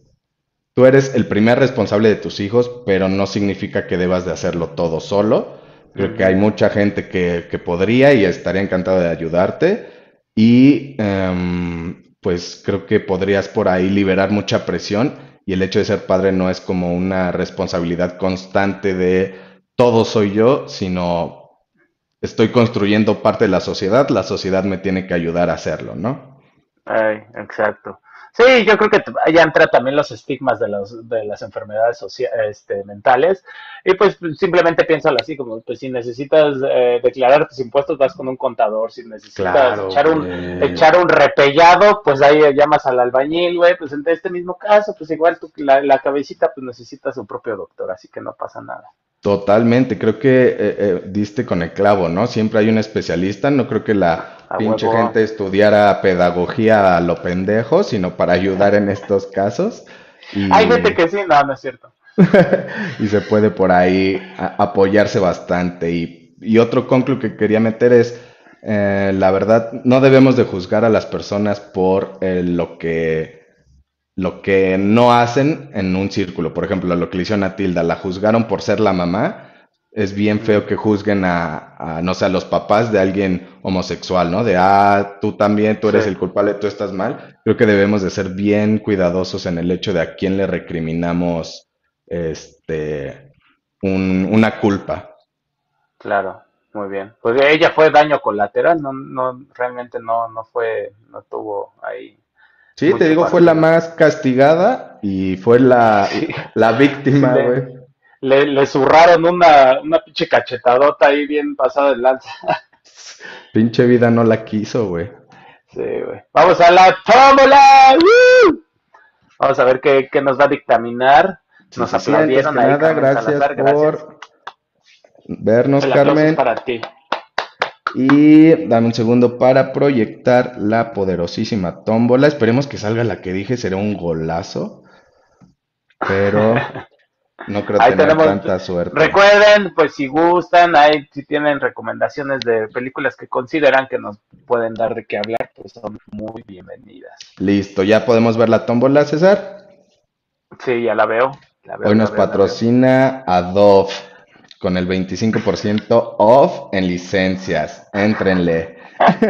tú eres el primer responsable de tus hijos, pero no significa que debas de hacerlo todo solo. Creo que hay ujú. mucha gente que, que podría y estaría encantado de ayudarte. Y em, pues creo que podrías por ahí liberar mucha presión. Y el hecho de ser padre no es como una responsabilidad constante de todo soy yo, sino estoy construyendo parte de la sociedad, la sociedad me tiene que ayudar a hacerlo, ¿no? Ay, exacto. Sí, yo creo que t- ya entra también los estigmas de, los, de las enfermedades socia- este, mentales. Y pues simplemente piénsalo así, como pues si necesitas eh, declarar tus impuestos, vas con un contador. Si necesitas Claro, echar un, güey. echar un repellado, pues ahí llamas al albañil, güey. Pues en este mismo caso, pues igual tú, la, la cabecita, pues necesita su propio doctor, así que no pasa nada. Totalmente, creo que eh, eh, diste con el clavo, ¿no? Siempre hay un especialista, no creo que la A pinche huevo. gente estudiara pedagogía a lo pendejo, sino para ayudar en estos casos Hay gente y, que sí, no, no es cierto. y se puede por ahí a- apoyarse bastante. Y, y otro conclu que quería meter es, eh, la verdad, no debemos de juzgar a las personas por eh, lo que lo que no hacen en un círculo. Por ejemplo, lo que le hicieron a Tilda, la juzgaron por ser la mamá. Es bien feo Ujú. que juzguen a, a, no sé, a los papás de alguien homosexual, ¿no? De, ah, tú también, tú Sí. eres el culpable, tú estás mal. Creo que debemos de ser bien cuidadosos en el hecho de a quién le recriminamos este, un, una culpa. Claro, muy bien. Pues ella fue daño colateral, no, no, realmente no, no fue, no tuvo ahí Sí, te mucho digo, fue la partido. más castigada y fue la, Sí, la sí víctima, le, güey. le, le zurraron una, una pinche cachetadota ahí bien pasada de lanza. Pinche vida no la quiso, güey. Sí, güey. Vamos a la tómbola. ¡Woo! Vamos a ver qué, qué nos va a dictaminar. Sí, Nos sí, sí, antes aplaudieron que ahí, nada, Carmen gracias Salazar, gracias. por vernos, El aplauso es Carmen. para ti. Y dame un segundo para proyectar la poderosísima tómbola. Esperemos que salga la que dije, será un golazo. Pero No creo Ahí tener tenemos, tanta suerte. recuerden, pues si gustan, ahí si tienen recomendaciones de películas que consideran que nos pueden dar de qué hablar, pues son muy bienvenidas. Listo, ¿ya podemos ver la tómbola, César? Sí, ya la veo, la Hoy veo, la nos veo, la veo. patrocina Adobe con el veinticinco por ciento off en licencias. Éntrenle.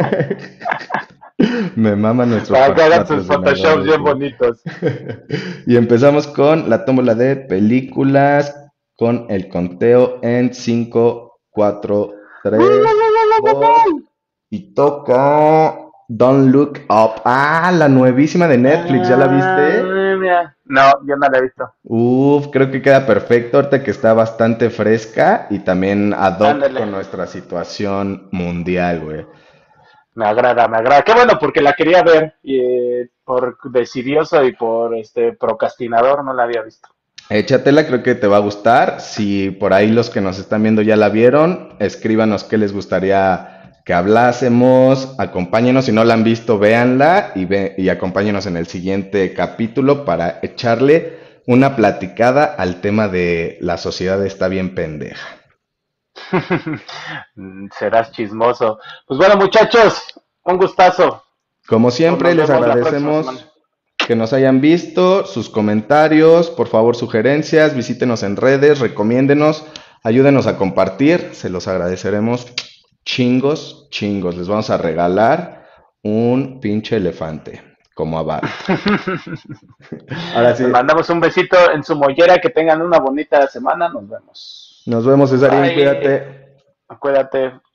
Me maman nuestros Para que pa- hagan sus photoshops patrocinadores, bien güey. bonitos. Y empezamos con la tómbola de películas con el conteo en cinco, cuatro, tres, dos y toca Don't Look Up. Ah, la nuevísima de Netflix, ¿ya la viste? Ah, mira. No, yo no la he visto. Uf, creo que queda perfecto ahorita que está bastante fresca y también ad hoc Ándale. con nuestra situación mundial, güey. Me agrada, me agrada. Qué bueno, porque la quería ver y eh, por decidioso y por este procrastinador no la había visto. Échatela, creo que te va a gustar. Si por ahí los que nos están viendo ya la vieron, escríbanos qué les gustaría que hablásemos. Acompáñenos, si no la han visto, véanla y, ve, y acompáñenos en el siguiente capítulo para echarle una platicada al tema de la sociedad está bien pendeja. Serás chismoso. Pues bueno, muchachos, un gustazo. Como Pues siempre, nos les vemos la próxima semana. agradecemos que nos hayan visto, sus comentarios, por favor, sugerencias, visítenos en redes, recomiéndenos, ayúdenos a compartir, se los agradeceremos chingos, chingos. Les vamos a regalar un pinche elefante, como a Bart. Ahora sí, Les mandamos un besito en su mollera, que tengan una bonita semana. Nos vemos. nos vemos, Cesarín, Bye. cuídate. Acuérdate.